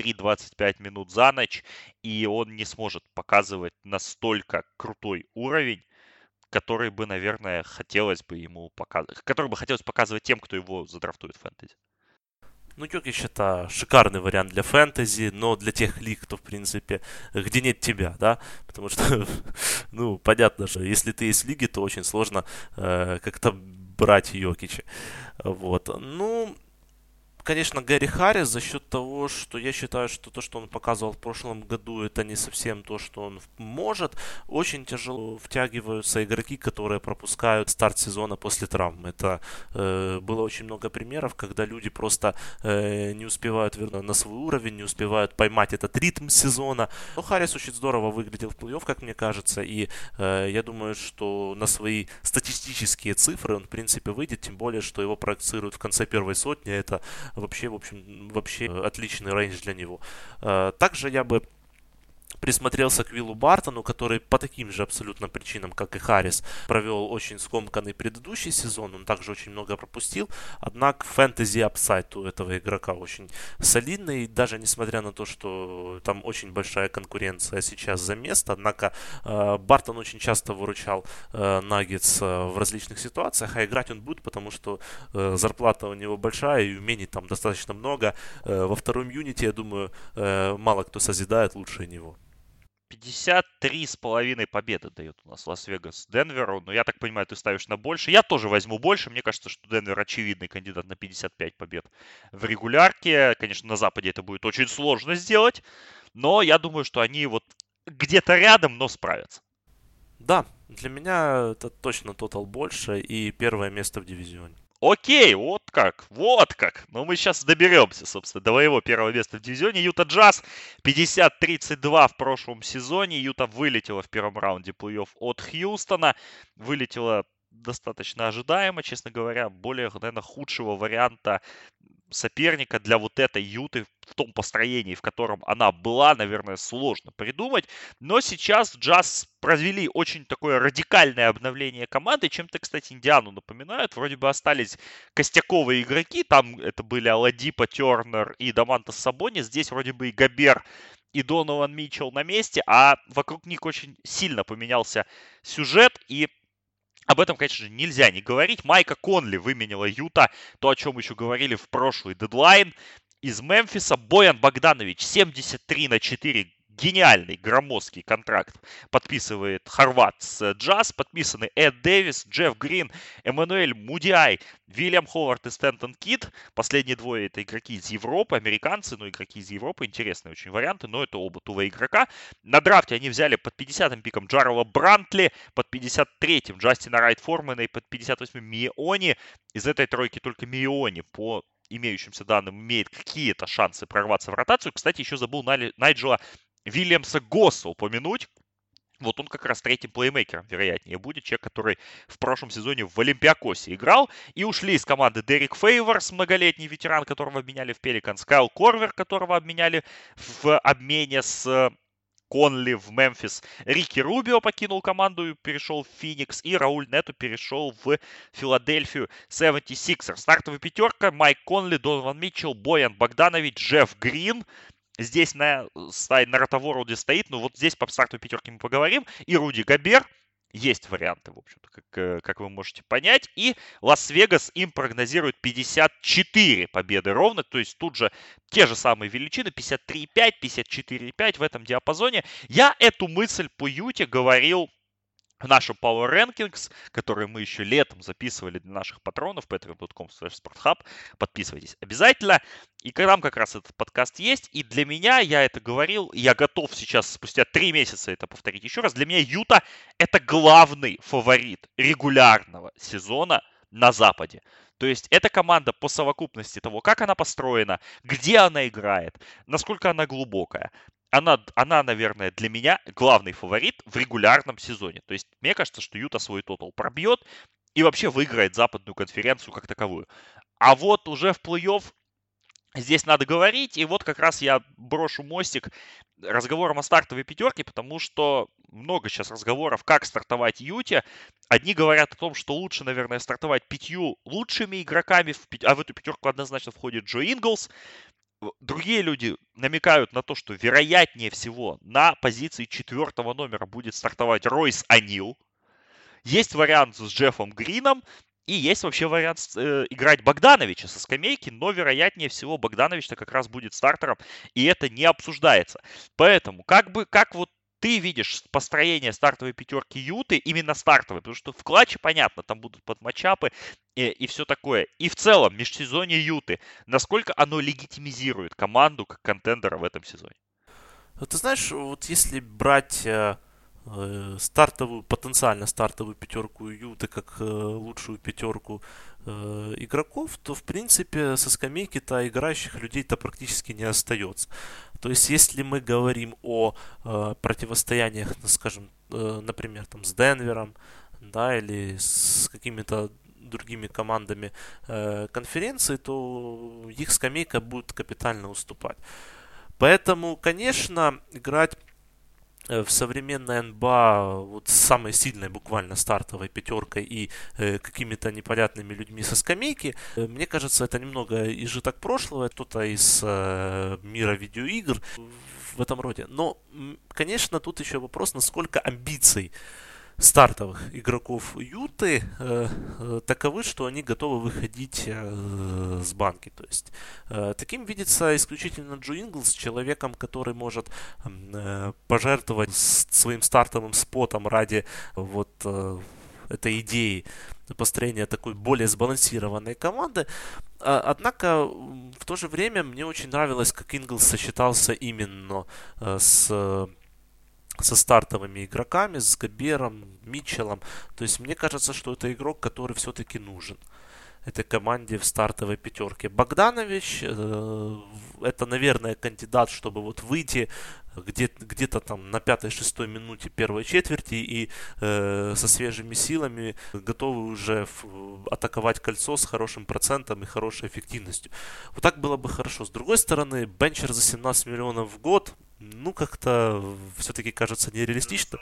23-25 минут за ночь, и он не сможет показывать настолько крутой уровень, который бы, наверное, хотелось бы ему показывать, который бы хотелось показывать тем, кто его задрафтует в фэнтези. Ну, Йокич это шикарный вариант для фэнтези, но для тех лиг, кто, в принципе, где нет тебя, да, потому что, ну, понятно же, если ты есть в лиге, то очень сложно как-то брать Йокича. Вот, ну, конечно, Гэри Харрис за счет того, что я считаю, что то, что он показывал в прошлом году, это не совсем то, что он может. Очень тяжело втягиваются игроки, которые пропускают старт сезона после травм. Это было очень много примеров, когда люди просто не успевают вернуть на свой уровень, не успевают поймать этот ритм сезона. Но Харрис очень здорово выглядел в плей-офф, как мне кажется, и я думаю, что на свои статистические цифры он, в принципе, выйдет, тем более, что его проецируют в конце первой сотни. Это вообще, в общем, вообще отличный рейндж для него. Также я бы присмотрелся к Виллу Бартону, который по таким же абсолютно причинам, как и Харрис, провел очень скомканный предыдущий сезон. Он также очень много пропустил. Однако фэнтези апсайд у этого игрока очень солидный. Даже несмотря на то, что там очень большая конкуренция сейчас за место. Однако Бартон очень часто выручал Наггетс в различных ситуациях. А играть он будет, потому что зарплата у него большая и умений там достаточно много. Во втором юните, я думаю, мало кто созидает лучше него. 53,5 победы дает у нас Лас-Вегас Денверу. Но я так понимаю, ты ставишь на больше. Я тоже возьму больше. Мне кажется, что Денвер очевидный кандидат на 55 побед в регулярке. Конечно, на Западе это будет очень сложно сделать. Но я думаю, что они вот где-то рядом, но справятся. Да, для меня это точно тотал больше и первое место в дивизионе. Окей, вот как, вот как. Но мы сейчас доберемся, собственно, до моего первого места в дивизионе. Юта Джаз 50-32 в прошлом сезоне. Юта вылетела в первом раунде плей-офф от Хьюстона. Вылетела достаточно ожидаемо, честно говоря. Более, наверное, худшего варианта соперника для вот этой Юты в том построении, в котором она была, наверное, сложно придумать. Но сейчас Джаз провели очень такое радикальное обновление команды. Чем-то, кстати, Индиану напоминают. Вроде бы остались костяковые игроки. Там это были Аладипо, Тернер и Домантас Сабонис. Здесь вроде бы и Гобер, и Донован Митчелл на месте. А вокруг них очень сильно поменялся сюжет. И об этом, конечно же, нельзя не говорить. Майка Конли выменила Юта, то, о чем еще говорили в прошлый дедлайн. Из Мемфиса Боян Богданович 73-4. Гениальный, громоздкий контракт подписывает хорват с Джаз. Подписаны Эд Дэвис, Джефф Грин, Эммануэль Мудиай, Вильям Ховард и Стэнтон Кид. Последние двое это игроки из Европы, американцы, но игроки из Европы. Интересные очень варианты, но это оба тува игрока. На драфте они взяли под 50-м пиком Джарела Брантли, под 53-м Джастина Райт Формана и под 58-м Миони. Из этой тройки только Миони по имеющимся данным имеет какие-то шансы прорваться в ротацию. Кстати, еще забыл Найджела Вильямса Госса упомянуть. Вот он как раз третьим плеймейкером, вероятнее, будет. Человек, который в прошлом сезоне в Олимпиакосе играл. И ушли из команды Дерек Фейворс, многолетний ветеран, которого обменяли в Пеликанс. Кайл Корвер, которого обменяли в обмене с Конли в Мемфис. Рики Рубио покинул команду и перешел в Феникс. И Рауль Нету перешел в Филадельфию 76ers. Стартовая пятерка. Майк Конли, Донован Митчелл, Боян Богданович, Джефф Грин. Здесь на ротоворуде стоит, но вот здесь по стартовой пятерке мы поговорим. И Руди Гобер. Есть варианты, в общем-то, как вы можете понять. И Лас-Вегас им прогнозирует 54 победы ровно. То есть тут же те же самые величины. 53,5, 54,5 в этом диапазоне. Я эту мысль по Юте говорил в нашем Power Rankings, который мы еще летом записывали для наших патронов, patreon.com/sporthub. Подписывайтесь обязательно. И там как раз этот подкаст есть. И для меня, я это говорил, я готов сейчас спустя 3 месяца это повторить еще раз. Для меня Юта это главный фаворит регулярного сезона на Западе. То есть эта команда по совокупности того, как она построена, где она играет, насколько она глубокая, она, наверное, для меня главный фаворит в регулярном сезоне. То есть мне кажется, что Юта свой тотал пробьет и вообще выиграет западную конференцию как таковую. А вот уже в плей-офф здесь надо говорить, и вот как раз я брошу мостик разговором о стартовой пятерке, потому что много сейчас разговоров, как стартовать Юте. Одни говорят о том, что лучше, наверное, стартовать 5 лучшими игроками, а в эту пятерку однозначно входит Джо Инглс. Другие люди намекают на то, что вероятнее всего на позиции 4 номера будет стартовать Ройс Анил. Есть вариант с Джеффом Грином, и есть вообще вариант играть Богдановича со скамейки, но вероятнее всего Богданович-то как раз будет стартером, и это не обсуждается. Поэтому, как вот ты видишь построение стартовой пятерки Юты, именно стартовой, потому что в клатче, понятно, там будут подматчапы и все такое. И в целом, межсезонье Юты, насколько оно легитимизирует команду как контендера в этом сезоне? Ты знаешь, вот если брать стартовую, потенциально стартовую пятерку Юты как лучшую пятерку игроков, то в принципе со скамейки-то играющих людей-то практически не остается. То есть если мы говорим о противостояниях, ну, скажем, например, там с Денвером, да, или с какими-то другими командами конференции, то их скамейка будет капитально уступать. Поэтому, конечно, играть в современной НБА вот с самой сильной буквально стартовой пятеркой и какими-то непонятными людьми со скамейки, мне кажется, это немного изжиток прошлого, кто-то из мира видеоигр в этом роде. Но, конечно, тут еще вопрос, насколько амбиций стартовых игроков Юты таковы, что они готовы выходить с банки. То есть таким видится исключительно Джо Инглс, человеком, который может пожертвовать своим стартовым спотом ради вот этой идеи построения такой более сбалансированной команды. Однако в то же время мне очень нравилось, как Инглс сочетался именно со стартовыми игроками, с Гобером, Митчеллом. То есть мне кажется, что это игрок, который все-таки нужен этой команде в стартовой пятерке. Богданович это, наверное, кандидат, чтобы вот выйти где-то там на 5-6 минуте первой четверти и со свежими силами готовы уже атаковать кольцо с хорошим процентом и хорошей эффективностью. Вот так было бы хорошо. С другой стороны, бенчер за 17 миллионов в год, ну, как-то все-таки кажется нереалистично.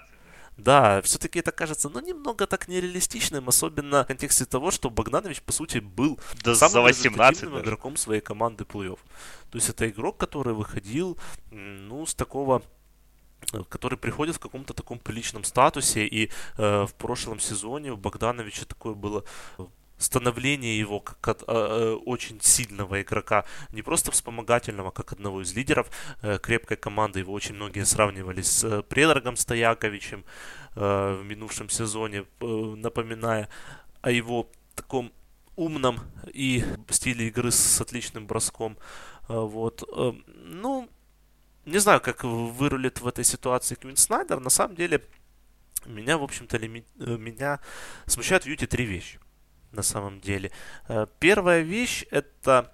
Да, все-таки это кажется, ну, немного так нереалистичным, особенно в контексте того, что Богданович, по сути, был Да за самым 18 результативным даже. игроком своей команды плей-офф. То есть это игрок, который выходил, ну, с такого, который приходит в каком-то таком приличном статусе, и в прошлом сезоне у Богдановича такое было становление его как очень сильного игрока, не просто вспомогательного, как одного из лидеров крепкой команды. Его очень многие сравнивали с Предрагом Стояковичем в минувшем сезоне, напоминая о его таком умном и стиле игры с отличным броском. Вот. Ну, не знаю, как вырулит в этой ситуации Квин Снайдер. На самом деле, меня, в общем-то, меня смущают в Юте три вещи. На самом деле. Первая вещь это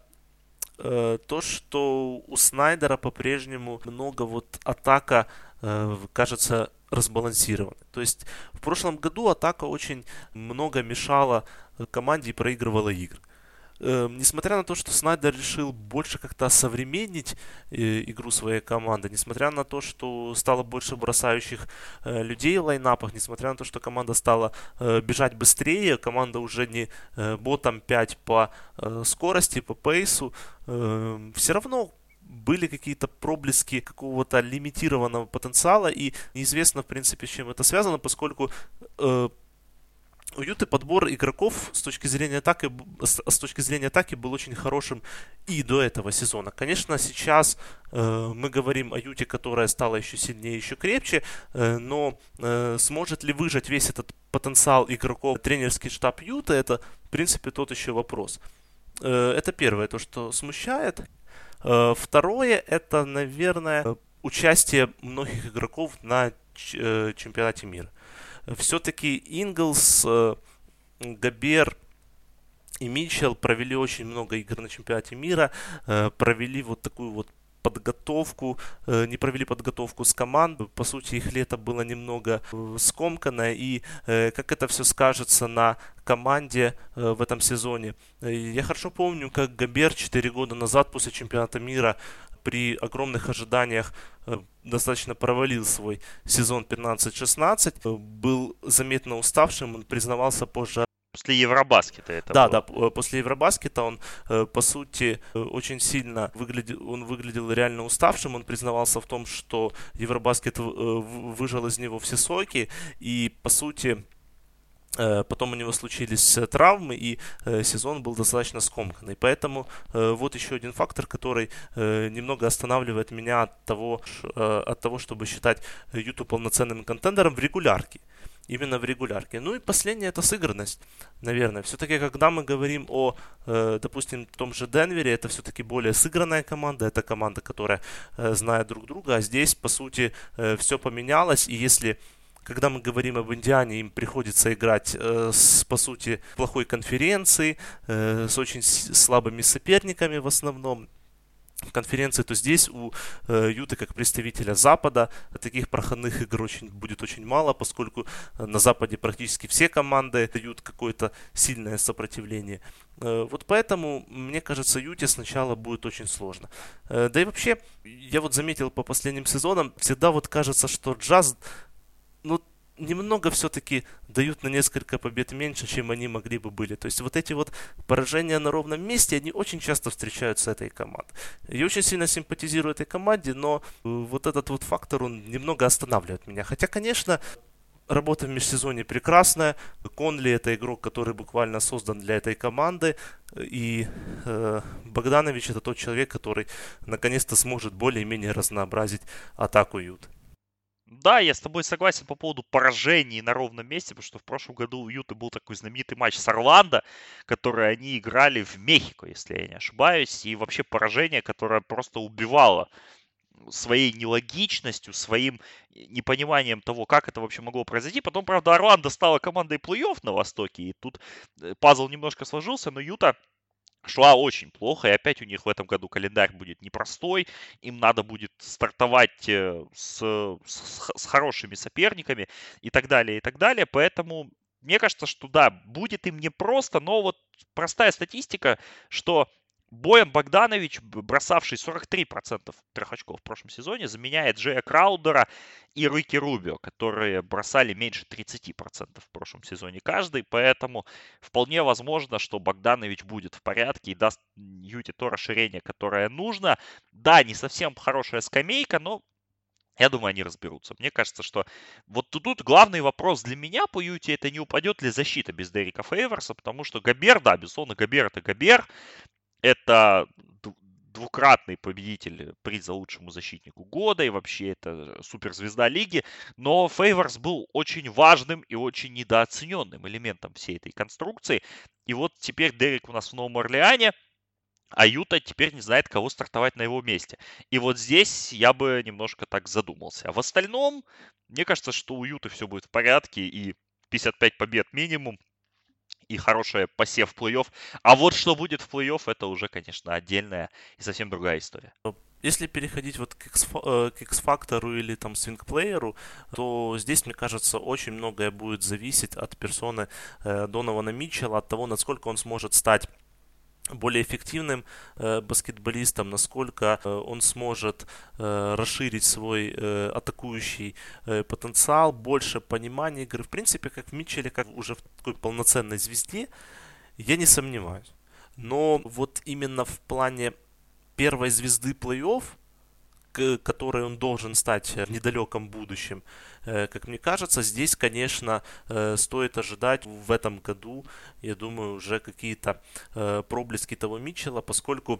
то, что у Снайдера по-прежнему много вот атака кажется разбалансированной. То есть в прошлом году атака очень много мешала команде и проигрывала игры. Несмотря на то, что Снайдер решил больше как-то осовременить игру своей команды, несмотря на то, что стало больше бросающих людей в лайнапах, несмотря на то, что команда стала бежать быстрее, команда уже не ботом 5 по скорости, по пейсу, все равно были какие-то проблески какого-то лимитированного потенциала, и неизвестно, в принципе, с чем это связано, поскольку у Юты подбор игроков с точки зрения атаки был очень хорошим и до этого сезона. Конечно, сейчас мы говорим о Юте, которая стала еще сильнее, еще крепче, но сможет ли выжать весь этот потенциал игроков тренерский штаб Юты, это, в принципе, тот еще вопрос. Это первое, то, что смущает. Второе, это, наверное, участие многих игроков на чемпионате мира. Все-таки Инглс, Гобер и Митчелл провели очень много игр на чемпионате мира, провели вот такую вот не провели подготовку с командой. По сути, их лето было немного скомкано, и как это все скажется на команде в этом сезоне. Я хорошо помню, как Гобер 4 года назад после чемпионата мира при огромных ожиданиях достаточно провалил свой сезон 15-16, был заметно уставшим, он признавался позже. После Евробаскета это да, было. Да, после Евробаскета он, по сути, очень сильно выглядел реально уставшим, он признавался в том, что Евробаскет выжал из него все соки, и, по сути, потом у него случились травмы, и сезон был достаточно скомканный. Поэтому вот еще один фактор, который немного останавливает меня от того, чтобы считать Юту полноценным контендером в регулярке. Именно в регулярке. Ну и последнее — это сыгранность, наверное. Все-таки, когда мы говорим о, допустим, том же Денвере, это все-таки более сыгранная команда, это команда, которая знает друг друга, а здесь, по сути, все поменялось, и если... Когда мы говорим об Индиане, им приходится играть с, по сути, плохой конференцией, с очень слабыми соперниками в основном в конференции, то здесь у Юты, как представителя Запада, таких проходных игр будет очень мало, поскольку на Западе практически все команды дают какое-то сильное сопротивление. Вот поэтому, мне кажется, Юте сначала будет очень сложно. Да и вообще, я вот заметил по последним сезонам, всегда вот кажется, что Джаз, ну, немного все-таки дают на несколько побед меньше, чем они могли бы были. То есть вот эти вот поражения на ровном месте, они очень часто встречаются этой командой. Я очень сильно симпатизирую этой команде, но вот этот вот фактор, он немного останавливает меня. Хотя, конечно, работа в межсезонье прекрасная. Конли — это игрок, который буквально создан для этой команды. И Богданович — это тот человек, который наконец-то сможет более-менее разнообразить атаку Юты. Да, я с тобой согласен по поводу поражений на ровном месте, потому что в прошлом году у Юты был такой знаменитый матч с Орландо, который они играли в Мехико, если я не ошибаюсь, и вообще поражение, которое просто убивало своей нелогичностью, своим непониманием того, как это вообще могло произойти. Потом, правда, Орландо стала командой плей-офф на Востоке, и тут пазл немножко сложился, но Юта шла очень плохо, и опять у них в этом году календарь будет непростой, им надо будет стартовать с хорошими соперниками и так далее, поэтому мне кажется, что да, будет им непросто, но вот простая статистика, что Боян Богданович, бросавший 43% трехочков в прошлом сезоне, заменяет Джея Краудера и Рики Рубио, которые бросали меньше 30% в прошлом сезоне каждый. Поэтому вполне возможно, что Богданович будет в порядке и даст Юте то расширение, которое нужно. Да, не совсем хорошая скамейка, но я думаю, они разберутся. Мне кажется, что вот тут главный вопрос для меня по Юте — это не упадет ли защита без Дерека Фейворса, потому что Гобер, да, безусловно, Гобер — это Гобер. Это двукратный победитель приза лучшему защитнику года и вообще это суперзвезда лиги. Но Фейворс был очень важным и очень недооцененным элементом всей этой конструкции. И вот теперь Дерек у нас в Новом Орлеане, а Юта теперь не знает, кого стартовать на его месте. И вот здесь я бы немножко так задумался. А в остальном, мне кажется, что у Юты все будет в порядке и 55 побед минимум. И хорошая посев в плей-офф. А вот что будет в плей-офф, это уже, конечно, отдельная и совсем другая история. Если переходить вот к X-фактору или там свинг-плееру, то здесь, мне кажется, очень многое будет зависеть от персоны Донована Митчелла, от того, насколько он сможет стать более эффективным баскетболистом, насколько он сможет расширить свой атакующий потенциал, больше понимания игры. В принципе, как в Митчелле, как уже в такой полноценной звезде, я не сомневаюсь. Но вот именно в плане первой звезды плей-офф, которой он должен стать в недалеком будущем, как мне кажется, здесь, конечно, стоит ожидать в этом году, я думаю, уже какие-то проблески того Митчелла, поскольку,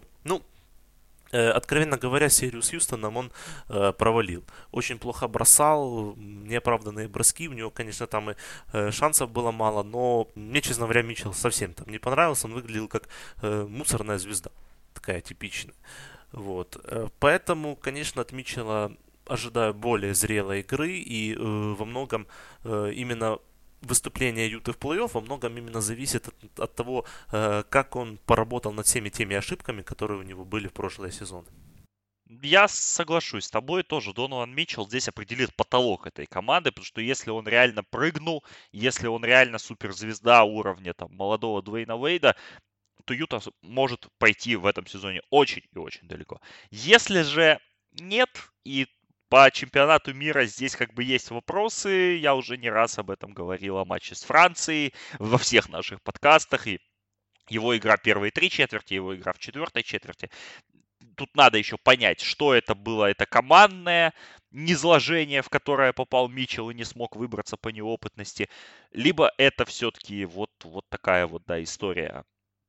откровенно говоря, серию с Хьюстоном он провалил. Очень плохо бросал, неоправданные броски. У него, конечно, там и шансов было мало, но мне, честно говоря, Митчелл совсем там не понравился. Он выглядел как мусорная звезда, такая типичная. Вот. Поэтому, конечно, от Митчелла ожидаю более зрелой игры, и во многом именно выступление Юты в плей-офф во многом именно зависит от того, как он поработал над всеми теми ошибками, которые у него были в прошлые сезоны. Я соглашусь с тобой тоже. Донован Митчелл здесь определит потолок этой команды, потому что если он реально прыгнул, если он реально суперзвезда уровня там молодого Дуэйна Уэйда, то Юта может пойти в этом сезоне очень и очень далеко. Если же нет, и по чемпионату мира здесь как бы есть вопросы, я уже не раз об этом говорил, о матче с Францией во всех наших подкастах, и его игра первые три четверти, его игра в четвертой четверти. Тут надо еще понять, что это было. Это командное низложение, в которое попал Митчелл и не смог выбраться по неопытности. Либо это все-таки вот такая вот, да, история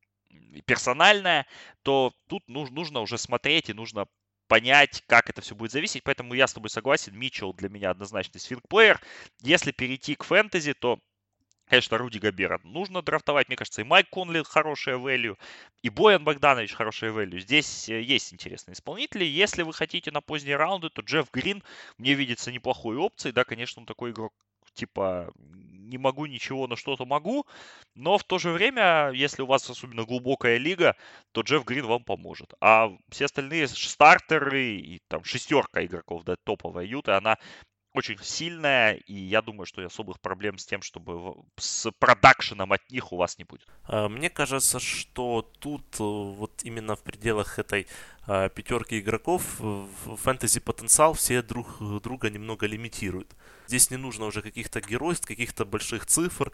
персональная, то тут нужно уже смотреть и нужно понять, как это все будет зависеть. Поэтому я с тобой согласен, Митчелл для меня однозначно свинг-плеер. Если перейти к фэнтези, то конечно, Руди Гобера нужно драфтовать. Мне кажется, и Майк Конли хорошая value, и Боян Богданович хорошая value. Здесь есть интересные исполнители. Если вы хотите на поздние раунды, то Джефф Грин мне видится неплохой опцией. Да, конечно, он такой игрок, типа, не могу ничего, но что-то могу. Но в то же время, если у вас особенно глубокая лига, то Джефф Грин вам поможет. А все остальные стартеры и там шестерка игроков, да, топовая Юта, она очень сильная, и я думаю, что особых проблем с тем, чтобы с продакшеном от них у вас не будет. Мне кажется, что тут вот именно в пределах этой пятерки игроков фэнтези потенциал все друг друга немного лимитируют. Здесь не нужно уже каких-то геройств, каких-то больших цифр.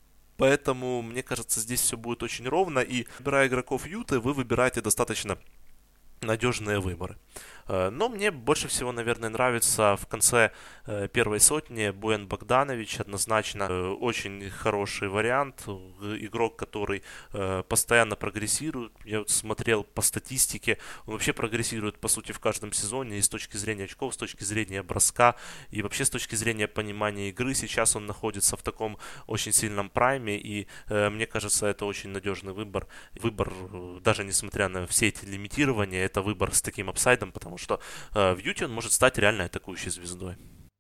Поэтому, мне кажется, здесь все будет очень ровно. И выбирая игроков Юты, вы выбираете достаточно надежные выборы. Но мне больше всего, наверное, нравится в конце первой сотни Боян Богданович. Однозначно очень хороший вариант. Игрок, который постоянно прогрессирует. Я вот смотрел по статистике. Он вообще прогрессирует, по сути, в каждом сезоне. И с точки зрения очков, с точки зрения броска. И вообще с точки зрения понимания игры. Сейчас он находится в таком очень сильном прайме. И мне кажется, это очень надежный выбор. Выбор, даже несмотря на все эти лимитирования, это выбор с таким апсайдом, потому что в Юте он может стать реально атакующей звездой.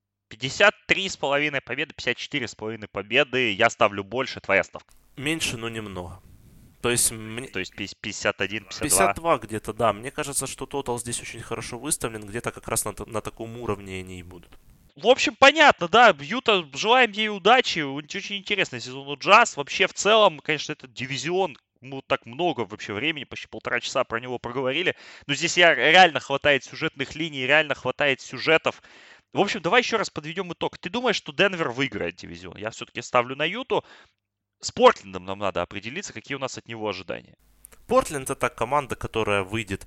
53,5 победы, 54,5 победы. Я ставлю больше, твоя ставка. Меньше, но немного. То есть 51, 52. 52 где-то, да. Мне кажется, что тотал здесь очень хорошо выставлен. Где-то как раз на таком уровне они и будут. В общем, понятно, да, Юта, желаем ей удачи. Очень интересный сезон у Джаз. Вообще, в целом, конечно, этот дивизион, мы так много вообще времени, почти 1,5 часа про него проговорили. Но здесь реально хватает сюжетных линий, реально хватает сюжетов. В общем, давай еще раз подведем итог. Ты думаешь, что Денвер выиграет дивизион? Я все-таки ставлю на Юту. С Портлендом нам надо определиться, какие у нас от него ожидания. Портленд это команда, которая выйдет,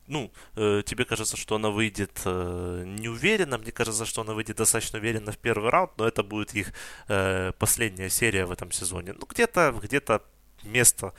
тебе кажется, что она выйдет неуверенно, мне кажется, что она выйдет достаточно уверенно в первый раунд, но это будет их последняя серия в этом сезоне. Где-то место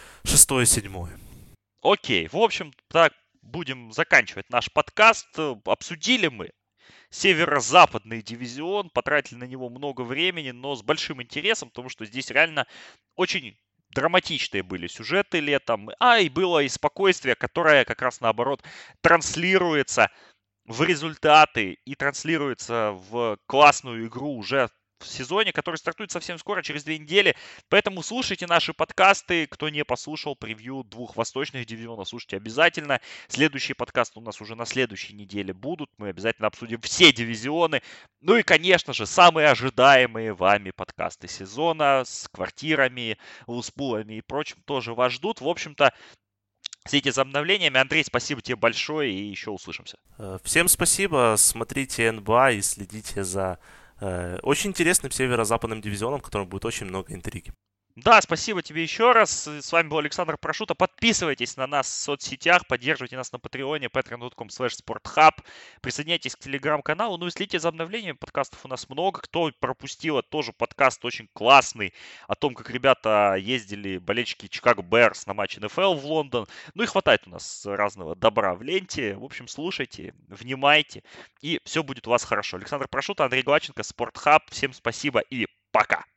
6-7. Окей, в общем, так будем заканчивать наш подкаст. Обсудили мы северо-западный дивизион, потратили на него много времени, но с большим интересом, потому что здесь реально очень драматичные были сюжеты летом, и было и спокойствие, которое как раз наоборот транслируется в результаты и транслируется в классную игру уже в сезоне, который стартует совсем скоро, через 2 недели. Поэтому слушайте наши подкасты. Кто не послушал превью 2 восточных дивизионов, слушайте обязательно. Следующие подкасты у нас уже на следующей неделе будут. Мы обязательно обсудим все дивизионы. Ну и, конечно же, самые ожидаемые вами подкасты сезона с квартирами, луспулами и прочим тоже вас ждут. В общем-то, следите за обновлениями. Андрей, спасибо тебе большое и еще услышимся. Всем спасибо. Смотрите НБА и следите за очень интересным северо-западным дивизионом, в котором будет очень много интриги. Да, спасибо тебе еще раз. С вами был Александр Прошута. Подписывайтесь на нас в соцсетях, поддерживайте нас на Патреоне, patreon.com/sporthub. Присоединяйтесь к телеграм-каналу. Ну и следите за обновлениями. Подкастов у нас много. Кто пропустил, тоже подкаст очень классный о том, как ребята ездили, болельщики Чикаго Берс, на матч НФЛ в Лондон. Ну и хватает у нас разного добра в ленте. В общем, слушайте, внимайте, и все будет у вас хорошо. Александр Прошута, Андрей Глаченко, Спортхаб. Всем спасибо и пока.